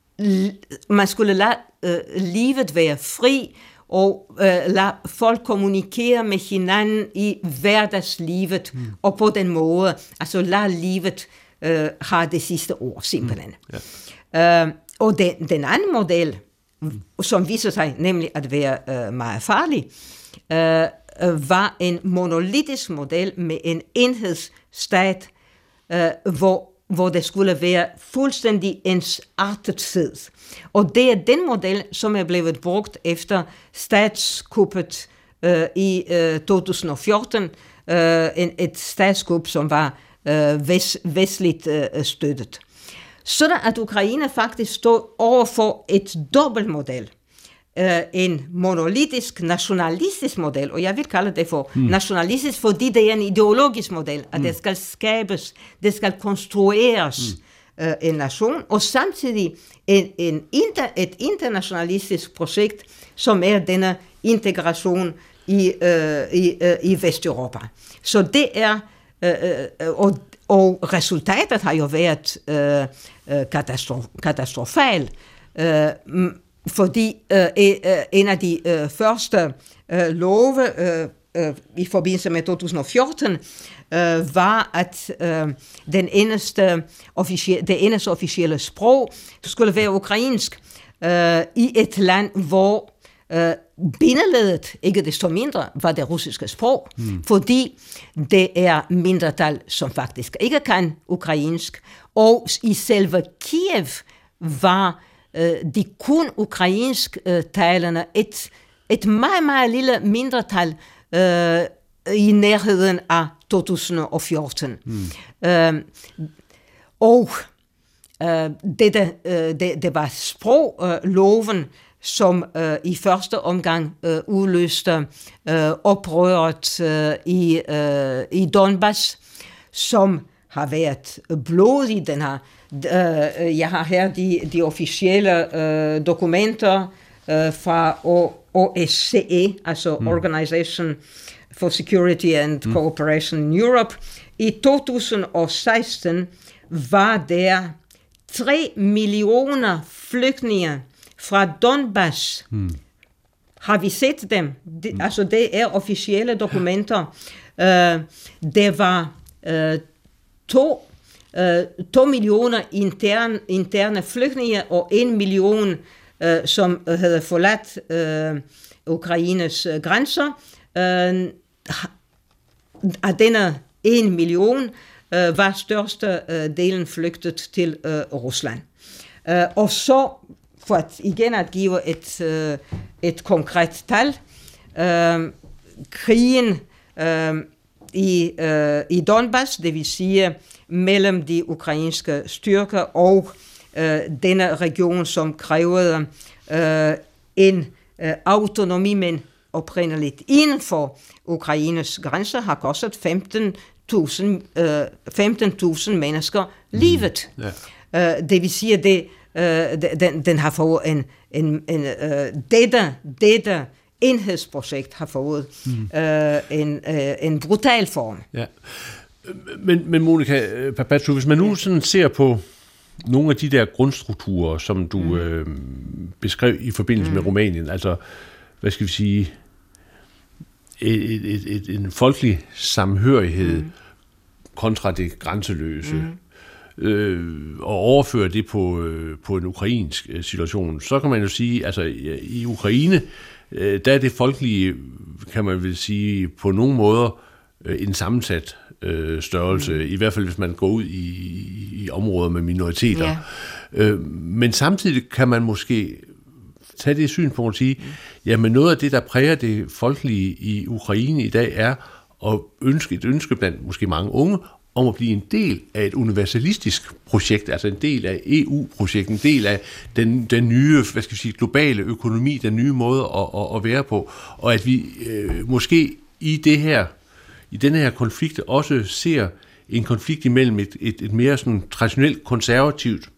man skulle lade øh, livet være fri, og øh, lade folk kommunikere med hinanden i hverdagslivet, mm. og på den måde, altså lade livet øh, have det sidste ord, simpelthen. Mm. Yeah. Øh, og den, den anden model, mm. som viser sig nemlig at være øh, meget farlig, øh, var en monolitisk model med en enhedsstat, Uh, hvor, hvor det skulle være fuldstændig ensartethed. Og det er den model, som er blevet brugt efter statskuppet uh, i uh, to tusind og fjorten. Uh, en, et statskup, som var uh, vest, vestligt uh, støttet. Sådan at Ukraine faktisk stod overfor et dobbeltmodel. Uh, en monolitisk, nationalistisk model, og jeg vil kalde det for mm. nationalistisk, fordi det er en ideologisk model, at mm. det skal skabes, det skal konstrueres mm. uh, en nation, og samtidig en, en inter, et internationalistisk projekt, som er denne integration i, uh, i, uh, i Vesteuropa. Så det er, uh, uh, og, og resultatet har jo været uh, uh, katastrof, katastrofalt, uh, fordi øh, en af de øh, første øh, love øh, øh, i forbindelse med to tusind og fjorten øh, var, at øh, den eneste officie- det eneste officielle sprog skulle være ukrainsk øh, i et land, hvor øh, bindeledet, ikke desto mindre, var det russiske sprog, mm. fordi det er mindretal, som faktisk ikke kan ukrainsk, og i selve Kiev var de kun ukrainsk uh, talende, et, et meget, meget lille mindretal, uh, i nærheden af to tusind og fjorten. Mm. Øh, og øh, det, det, det, det var sprogloven, som øh, i første omgang øh, udløste øh, oprøret øh, i, øh, i Donbass, som har været blodig. Den har, øh, jeg har her de, de officielle øh, dokumenter øh, fra O S C E, altså mm. Organization for Security and mm. Cooperation in Europe. I to tusind og seksten var der tre millioner flygtninge fra Donbass. Hmm. Har vi set dem? De, hmm. Altså, det er officielle dokumenter. Uh, der var uh, to, uh, to millioner interne, interne flygtninge og en million, uh, som havde forladt uh, Ukraines uh, grænser. Uh, af denne en million uh, var største uh, delen flygtet til uh, Rusland. Uh, og så for at igen at give et, øh, et konkret tal. Øh, krigen øh, i, øh, i Donbass, det vil sige mellem de ukrainske styrker og øh, denne region, som krævede øh, en øh, autonomi, men oprindeligt inden for Ukraines grænser, har kostet femten tusind mennesker livet. Mm. Yeah. Øh, det vil sige, det Uh, den, den har fået en, en, en uh, dette, dette enhedsprojekt har fået mm. uh, en, uh, en brutal form. Ja. Men, men Monika Papazov, hvis man nu sådan ser på nogle af de der grundstrukturer, som du mm. øh, beskrev i forbindelse mm. med Rumænien, altså, hvad skal vi sige, et, et, et, en folkelig samhørighed mm. kontra det grænseløse, mm. Øh, og overføre det på, øh, på en ukrainsk øh, situation, så kan man jo sige, altså i Ukraine, øh, der er det folkelige, kan man vel sige, på nogle måder øh, en sammensat øh, størrelse, mm. i hvert fald hvis man går ud i, i, i områder med minoriteter. Yeah. Øh, men samtidig kan man måske tage det synspunkt og sige, jamen noget af det, der præger det folkelige i Ukraine i dag, er at ønske, et ønske blandt måske mange unge, om at blive en del af et universalistisk projekt, altså en del af E U-projektet, en del af den, den nye, hvad skal vi sige, globale økonomi, den nye måde at, at, at være på, og at vi øh, måske i det her, i denne her konflikt også ser en konflikt imellem et, et, et mere sådan traditionelt konservativt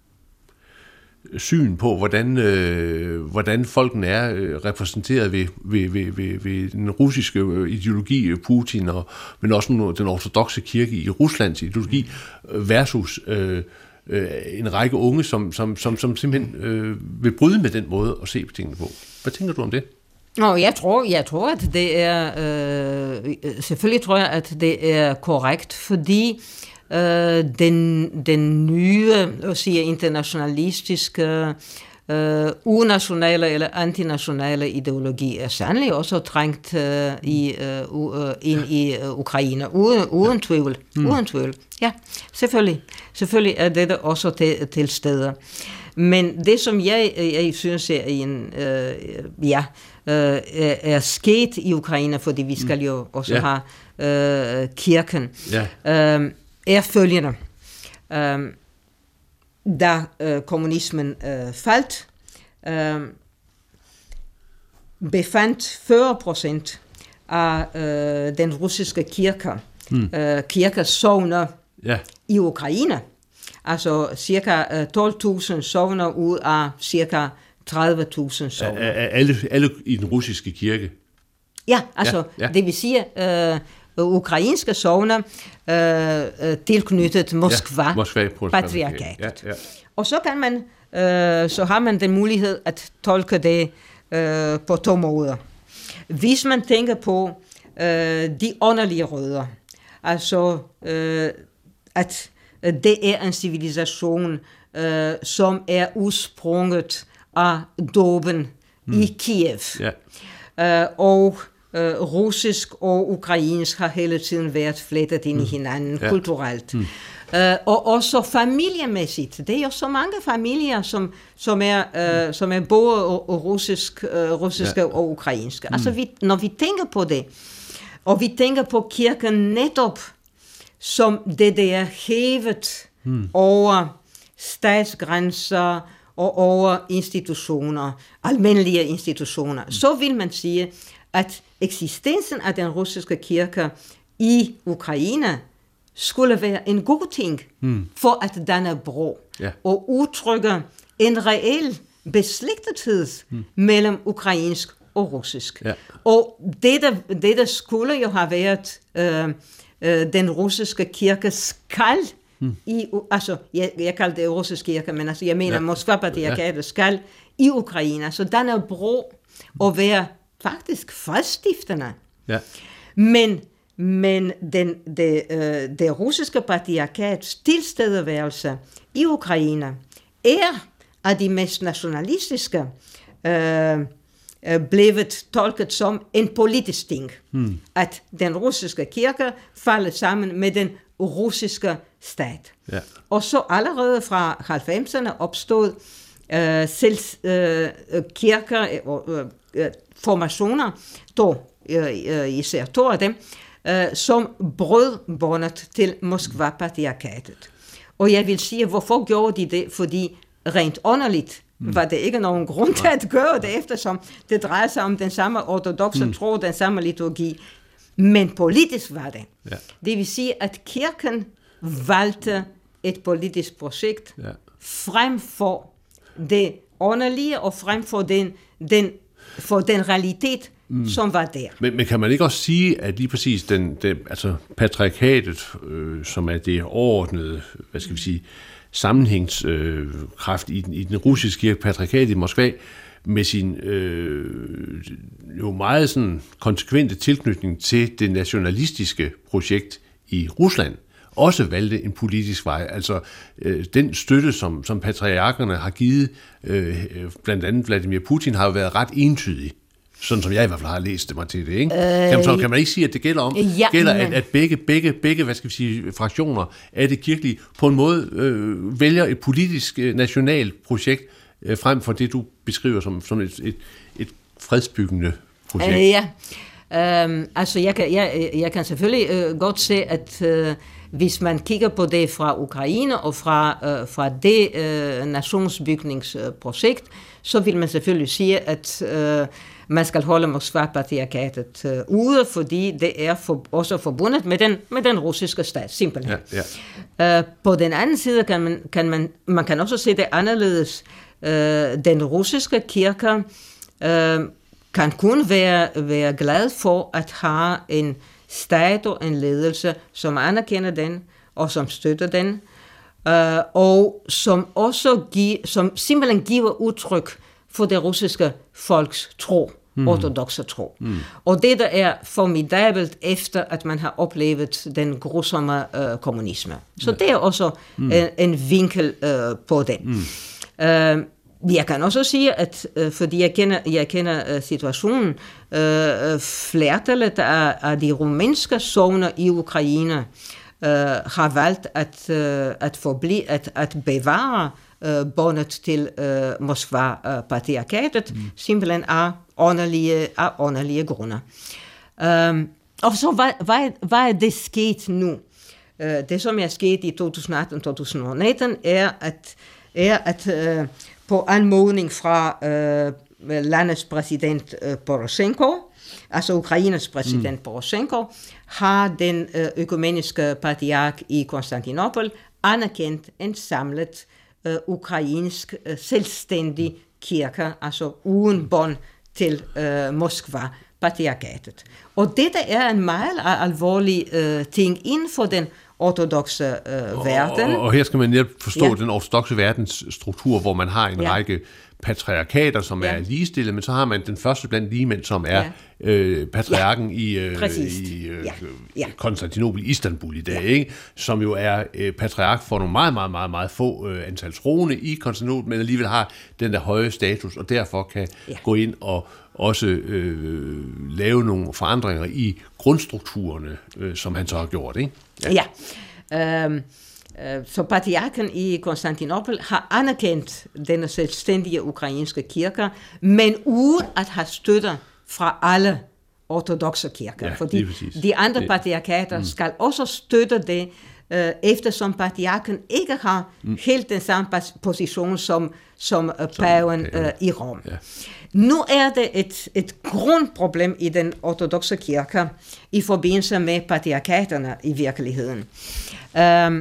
syn på, hvordan, øh, hvordan folkene er øh, repræsenteret ved, ved, ved, ved, ved den russiske ideologi, Putin, og, men også den ortodokse kirke i Ruslands ideologi, versus øh, øh, en række unge, som, som, som, som simpelthen øh, vil bryde med den måde at se på tingene på. Hvad tænker du om det? Nå, jeg tror, jeg tror, at det er, øh, selvfølgelig tror jeg, at det er korrekt, fordi Uh, den, den nye, siger, internationalistiske, uh, unationale eller antinationale ideologi er sandelig også trængt uh, i, uh, uh, ind i uh, Ukraine, uden, uden tvivl. Mm. Uden tvivl. Ja, selvfølgelig. Selvfølgelig er dette også til, til stede. Men det, som jeg, jeg synes er en, uh, ja, uh, er, er sket i Ukraine, fordi vi skal jo også yeah. have uh, kirken, yeah. uh, er følgende. Um, da uh, kommunismen uh, faldt, uh, befandt fyrre procent af uh, den russiske kirke, hmm. uh, kirkesogner yeah. i Ukraine. Altså cirka uh, tolv tusind sogner ud af cirka tredive tusind sogner. Alle, alle i den russiske kirke? Ja, altså ja, ja. Det vil sige uh, ukrainske sogner øh, tilknyttet Moskva, ja, Moskva patriarkatet. Ja, ja. Og så kan man, øh, så har man den mulighed at tolke det øh, på to måder. Hvis man tænker på øh, de åndelige rødder, altså øh, at det er en civilisation, øh, som er udsprunget af dåben hmm. i Kiev, ja. øh, og Uh, russisk og ukrainsk har hele tiden været flettet ind i hinanden, ja. kulturelt. Mm. Uh, og også familiemæssigt. Det er jo så mange familier, som, som, er, uh, mm. som er både russisk, uh, russiske ja. og ukrainske. Mm. Altså, vi, når vi tænker på det, Og vi tænker på kirken netop som det, der er hævet hmm. over statsgrænser og over institutioner, almindelige institutioner. Hmm. Så vil man sige, at eksistensen af den russiske kirke i Ukraine skulle være en god ting hmm. for at danne bro yeah. og udtrykke en reel beslægtethed hmm. mellem ukrainsk og russisk. Yeah. Og det der, det der skulle jo have været øh, øh, den russiske kirkes kald hmm. i, altså jeg, jeg kalder det russisk kirke, men altså jeg mener yeah. Moskva-patriarkatet skal i Ukraine, så danne bro og være faktisk fredsstiftende. Yeah. Men Men den, det, øh, det russiske patriarkats tilstedeværelse i Ukraine er af de mest nationalistiske øh, blevet tolket som en politisk ting. Hmm. At den russiske kirke falder sammen med den russiske stat. Ja. Og så allerede fra halvfemserne opstod øh, selv øh, kirker og øh, øh, formationer, dog øh, især to af dem, Uh, som brød båndet til Moskva-patriarkatet. Og jeg vil sige, hvorfor gjorde de det? Fordi rent åndeligt mm. var det ikke nogen grund til at gøre det, eftersom det drejer sig om den samme ortodoxe mm. tro, den samme liturgi. Men politisk var det. Ja. Det vil sige, at kirken valgte et politisk projekt ja. frem for det åndelige og frem for den, den, for den realitet, Mm. som var der. Men, men kan man ikke også sige, at lige præcis den, den altså patriarkatet, øh, som er det overordnede, hvad skal vi sige, sammenhængskraft øh, i, den, i den russiske kirke, patriarkatet i Moskva, med sin øh, jo meget sådan konsekvente tilknytning til det nationalistiske projekt i Rusland, også valgte en politisk vej. Altså øh, den støtte, som, som patriarkerne har givet, øh, blandt andet Vladimir Putin, har jo været ret entydig. Sådan som jeg i hvert fald har læst det mig til det, ikke? Øh, kan, man, kan man ikke sige, at det gælder om, ja, gælder, at, at begge, begge, begge, hvad skal vi sige, fraktioner af det kirkelige på en måde øh, vælger et politisk øh, nationalt projekt øh, frem for det, du beskriver som, som et, et, et fredsbyggende projekt? Øh, ja, um, altså jeg kan, jeg, jeg kan selvfølgelig øh, godt se, at øh, hvis man kigger på det fra Ukraine og fra, øh, fra det øh, nationsbygningsprojekt, så vil man selvfølgelig sige, at øh, man skal holde Moskva-patriarkatet øh, ude, fordi det er for, også forbundet med den, med den russiske stat, simpelthen. Ja, ja. Øh, på den anden side kan man, kan man, man kan også se det anderledes. Øh, den russiske kirke øh, kan kun være, være glad for at have en stat og en ledelse, som anerkender den, og som støtter den, øh, og som også giver, som simpelthen giver udtryk for det russiske folks tro, mm. ortodoxe tro. Mm. Og det der er formidabelt efter, at man har oplevet den grusomme øh, kommunisme. Så ja. det er også mm. en, en vinkel øh, på det. Mm. Øh, jeg kan også sige, at øh, fordi jeg kender, jeg kender øh, situationen, øh, flertallet af, af de rumænske sogne i Ukraine øh, har valgt at, øh, at, forblive, at, at bevare øh, båndet til øh, Moskva-patriarkatet, mm. simpelthen af åndelige, af åndelige grunde. Um, og så hvad, hvad, hvad er det sket nu? Uh, det, som er sket i to tusind og atten til to tusind og nitten, er at, er at uh, på anmodning fra uh, landets præsident uh, Poroshenko, altså Ukraines præsident mm. Poroshenko, har den uh, økumeniske patriark i Konstantinopel anerkendt en samlet uh, ukrainsk uh, selvstændig kirke, altså uden bånd til uh, Moskva-patriarkatet. Og dette er en meget alvorlig uh, ting inden for den ortodoxe uh, verden. Og, og her skal man netop forstå ja. den ortodoxe verdens struktur, hvor man har en ja. række patriarkater, som ja. er ligestillet, men så har man den første blandt ligemænd, som er ja. øh, patriarken ja. i, øh, i øh, ja. Ja. Konstantinopel, Istanbul i dag, ja. ikke? Som jo er øh, patriark for nogle meget, meget, meget, meget få øh, antal troende i Konstantinopel, men alligevel har den der høje status, og derfor kan ja. gå ind og også øh, lave nogle forandringer i grundstrukturerne, øh, som han så har gjort, ikke? Ja. ja. Um Så patriarken i Konstantinopel har anerkendt denne selvstændige ukrainske kirke, men uden at have støtte fra alle ortodoxe kirker, ja, fordi de andre det. patriarkater mm. skal også støtte det, øh, eftersom patriarken ikke har mm. helt den samme position som, som, som paven okay. øh, i Rom. Ja. Nu er det et, et grundproblem i den ortodoxe kirke i forbindelse med patriarkaterne i virkeligheden. Um,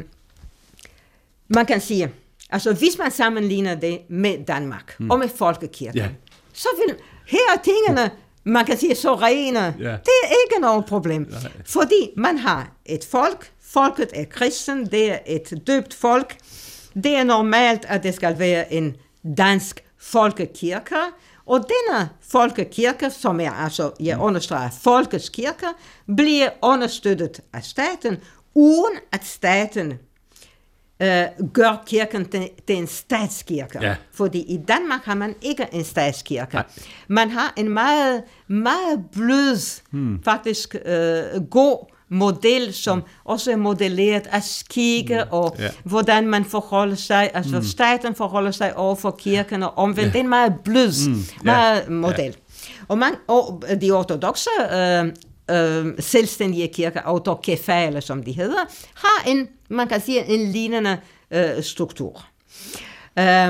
man kan sige, altså hvis man sammenligner det med Danmark mm. og med folkekirken, yeah. så vil her er tingene, man kan sige, så rene. Yeah. Det er ikke noget problem. Nej. Fordi man har et folk, folket er kristen, det er et døbt folk. Det er normalt, at det skal være en dansk folkekirke, og denne folkekirke, som er altså, jeg understreger, folkets kirke, bliver understøttet af staten, uden at staten øh, gør kirken til, til en statskirke. Ja. Fordi i Danmark har man ikke en statskirke. Nej. Man har en meget, meget blød, hmm. faktisk øh, god model, som mm. også er modelleret af skikke, mm. og yeah. hvordan man forholder sig, altså mm. staten forholder sig over for kirken, og omvendt. Yeah. Det er en meget blød mm. meget yeah. model. Yeah. Og, man, og de ortodoxe øh, øh, selvstændige kirker, autokefale, som de hedder, har en, man kan sige, en lignende øh, struktur. Øh,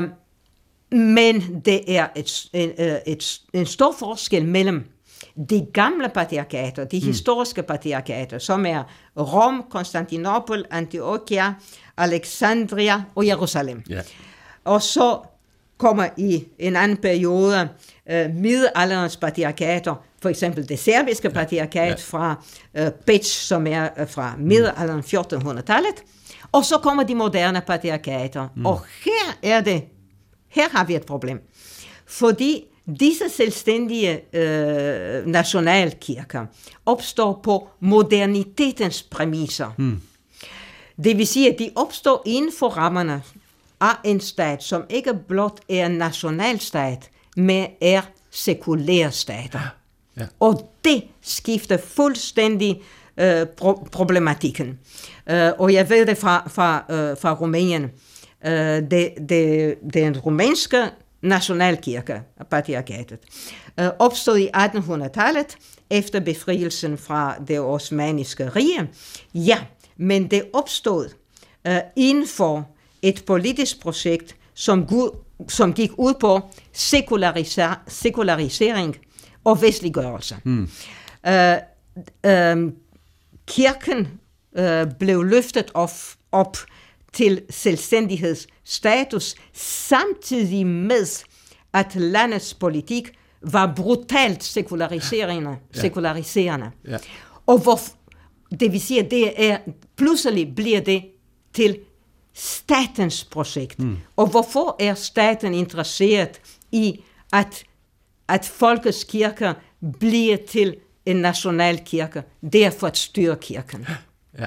men det er et, en, et, en stor forskel mellem de gamle patriarkater, de historiske patriarkater, som er Rom, Konstantinopel, Antiochia, Alexandria og Jerusalem. Yeah. Og så kommer i en anden periode uh, middelalderens patriarkater, for eksempel det serbiske patriarkat yeah. fra uh, Peć, som er uh, fra middelalderen fjortenhundredetallet, og så kommer de moderne patriarkater. Mm. Og her er det, her har vi et problem, fordi disse selvstændige øh, nationalkirker opstår på modernitetens præmisser. Hmm. Det vil sige, at de opstår inden for rammerne af en stat, som ikke blot er en nationalstat, men er sekulære stater. Ja. Ja. Og det skifter fuldstændig øh, pro- problematikken. Uh, og jeg ved det fra, fra, uh, fra Rumænien. Uh, det, det, den rumænske nationalkirke, patriarkatet, øh, opstod i attenhundredetallet efter befrielsen fra det osmanniske rige. Ja, men det opstod øh, inden for et politisk projekt, som, gu, som gik ud på sekulariser, sekularisering og vestliggørelse. Hmm. Øh, øh, kirken øh, blev løftet op, op til selvstændighedsstatus, samtidig med, at landets politik var brutalt sekulariserende. Ja. sekulariserende. Ja. Og hvor, det vil sige, at det er, pludselig bliver det til statens projekt. Mm. Og hvorfor er staten interesseret i, at, at folkets kirke bliver til en nationalkirke? Det er for at styre kirken. Ja.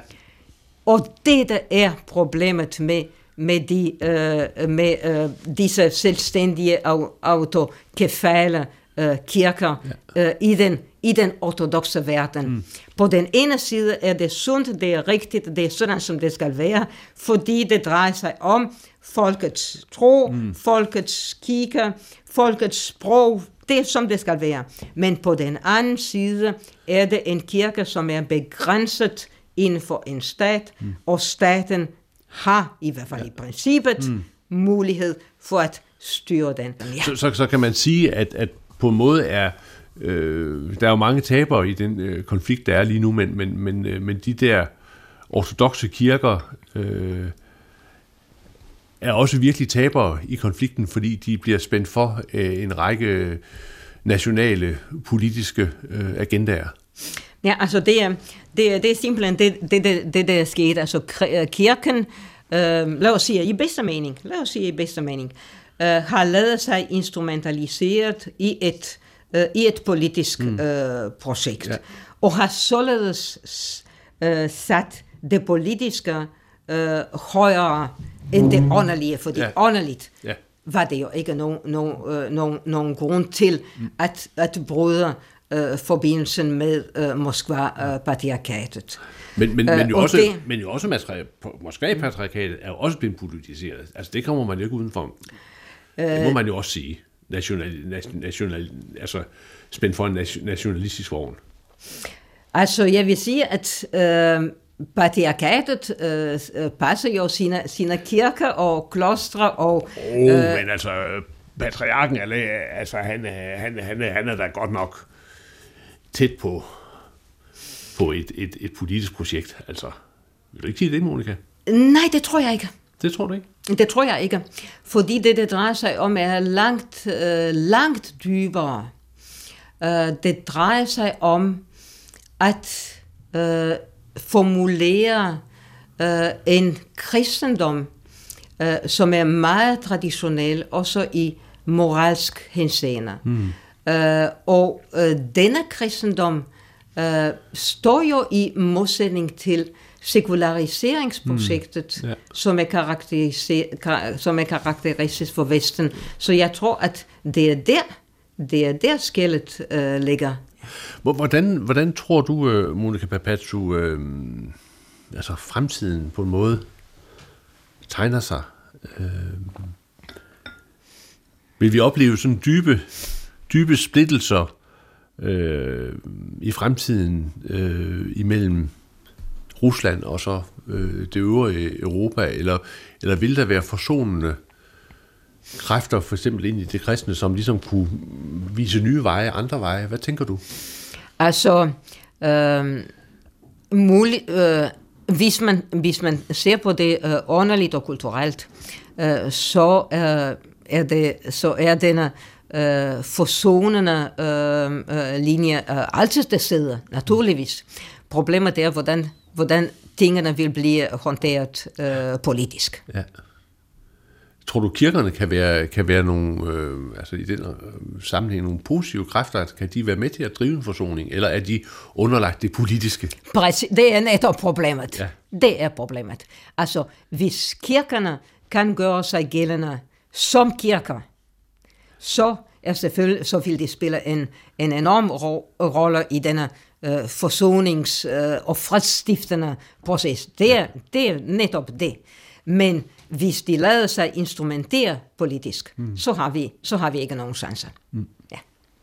Og det, der er problemet med, med, de, øh, med øh, disse selvstændige autokefale øh, kirker ja. øh, i, den, i den ortodoxe verden. Mm. På den ene side er det sundt, det er rigtigt, det er sådan, som det skal være, fordi det drejer sig om folkets tro, mm. folkets kirke, folkets sprog, det er som det skal være. Men på den anden side er det en kirke, som er begrænset inden for en stat, mm. og staten har i hvert fald ja. i princippet mm. mulighed for at styre den. Ja. Så, så, så kan man sige, at, at på en måde er, øh, der er jo mange tabere i den øh, konflikt, der er lige nu, men, men, men, øh, men de der ortodoxe kirker øh, er også virkelig tabere i konflikten, fordi de bliver spændt for øh, en række nationale politiske øh, agendaer. Ja, altså det er, det er, det er simpelthen det, det, det, det der er sket. Altså kirken, øh, lad os sige i bedste mening, lad os sige i bedste mening, øh, har ladet sig instrumentaliseret i et, øh, i et politisk mm. øh, projekt, ja. og har således øh, sat det politiske øh, højere end det åndelige, fordi ja. åndeligt ja. var det jo ikke nogen, nogen, øh, nogen, nogen grund til mm. at, at bryde Øh, forbindelsen med øh, Moskva-patriarkatet. Øh, men, men, men, jo også, det, men jo også Moskva-patriarkatet er jo også blevet politiseret. Altså det kommer man jo ikke udenfor. Øh, det må man jo også sige. National, national, altså spændt for en nationalistisk vogn. Altså, jeg vil sige, at øh, patriarkatet øh, passer jo sine, sine kirker og klostre og... Åh, oh, øh, men altså, patriarken, altså, han, han, han, han er da godt nok tæt på, på et, et, et politisk projekt. Altså, vil du ikke sige det, Monica? Nej, det tror jeg ikke. Det tror du ikke? Det tror jeg ikke. Fordi det, det drejer sig om, er langt, øh, langt dybere. Uh, det drejer sig om at uh, formulere uh, en kristendom, uh, som er meget traditionel, også i moralsk henseende. Mm. Uh, og uh, denne kristendom uh, står jo i modsætning til sekulariseringsprojektet, mm. yeah. som, er kar- som er karakteristisk for Vesten. Så jeg tror, at det er der, det er der skellet øh, ligger. Hvordan, hvordan tror du, Monica Papazzu, øh, altså fremtiden på en måde tegner sig? Øh, vil vi opleve sådan dybe, dybe splittelser øh, i fremtiden øh, imellem Rusland og så øh, det øvrige Europa, eller, eller vil der være forsonende kræfter for eksempel ind i det kristne, som ligesom kunne vise nye veje, andre veje? Hvad tænker du? Altså, øh, mulig, øh, hvis, man, hvis man ser på det øh, åndeligt og kulturelt, øh, så, øh, er det, så er denne øh, forsonende øh, øh, linje øh, altid der sidder, naturligvis. Problemet er, hvordan, hvordan tingene vil blive håndteret øh, politisk. Ja. Tror du, kirkerne kan være, kan være nogle, øh, altså i den øh, sammenhæng, nogle positive kræfter? Kan de være med til at drive en forsoning, eller er de underlagt det politiske? Præcis, det er netop problemet. Ja. Det er problemet. Altså, hvis kirkerne kan gøre sig gældende som kirker, så er selvfølgelig, så vil de spille en, en enorm ro- rolle i denne øh, forsonings- øh, og fredsstiftende proces. Det er, det er netop det. Men hvis de lader sig instrumentere politisk, mm. så, har vi, så har vi ikke nogen chancer. Mm. Ja.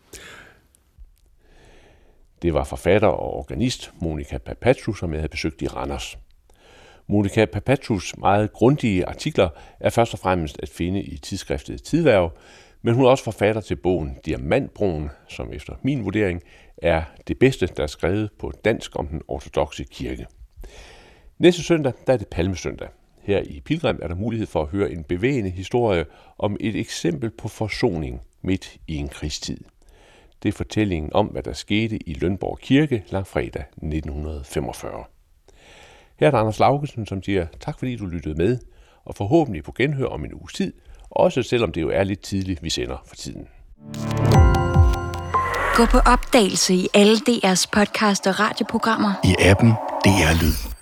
Det var forfatter og organist Monica Papazzu, som jeg havde besøgt i Randers. Monica Papazzus meget grundige artikler er først og fremmest at finde i tidsskriftet Tidværv, men hun er også forfatter til bogen Diamantbroen, som efter min vurdering er det bedste, der er skrevet på dansk om den ortodokse kirke. Næste søndag, der er det Palmesøndag. Her i Pilgrim er der mulighed for at høre en bevægende historie om et eksempel på forsoning midt i en krigstid. Det er fortællingen om, hvad der skete i Lønborg Kirke langfredag nitten femogfyrre. Her er der Anders Laugesen, som siger tak fordi du lyttede med, og forhåbentlig på genhør om en uges tid, også selvom det jo er lidt tidligt, vi sender for tiden. Gå på opdagelse i alle D R's podcast og radioprogrammer. I appen D R Lyd.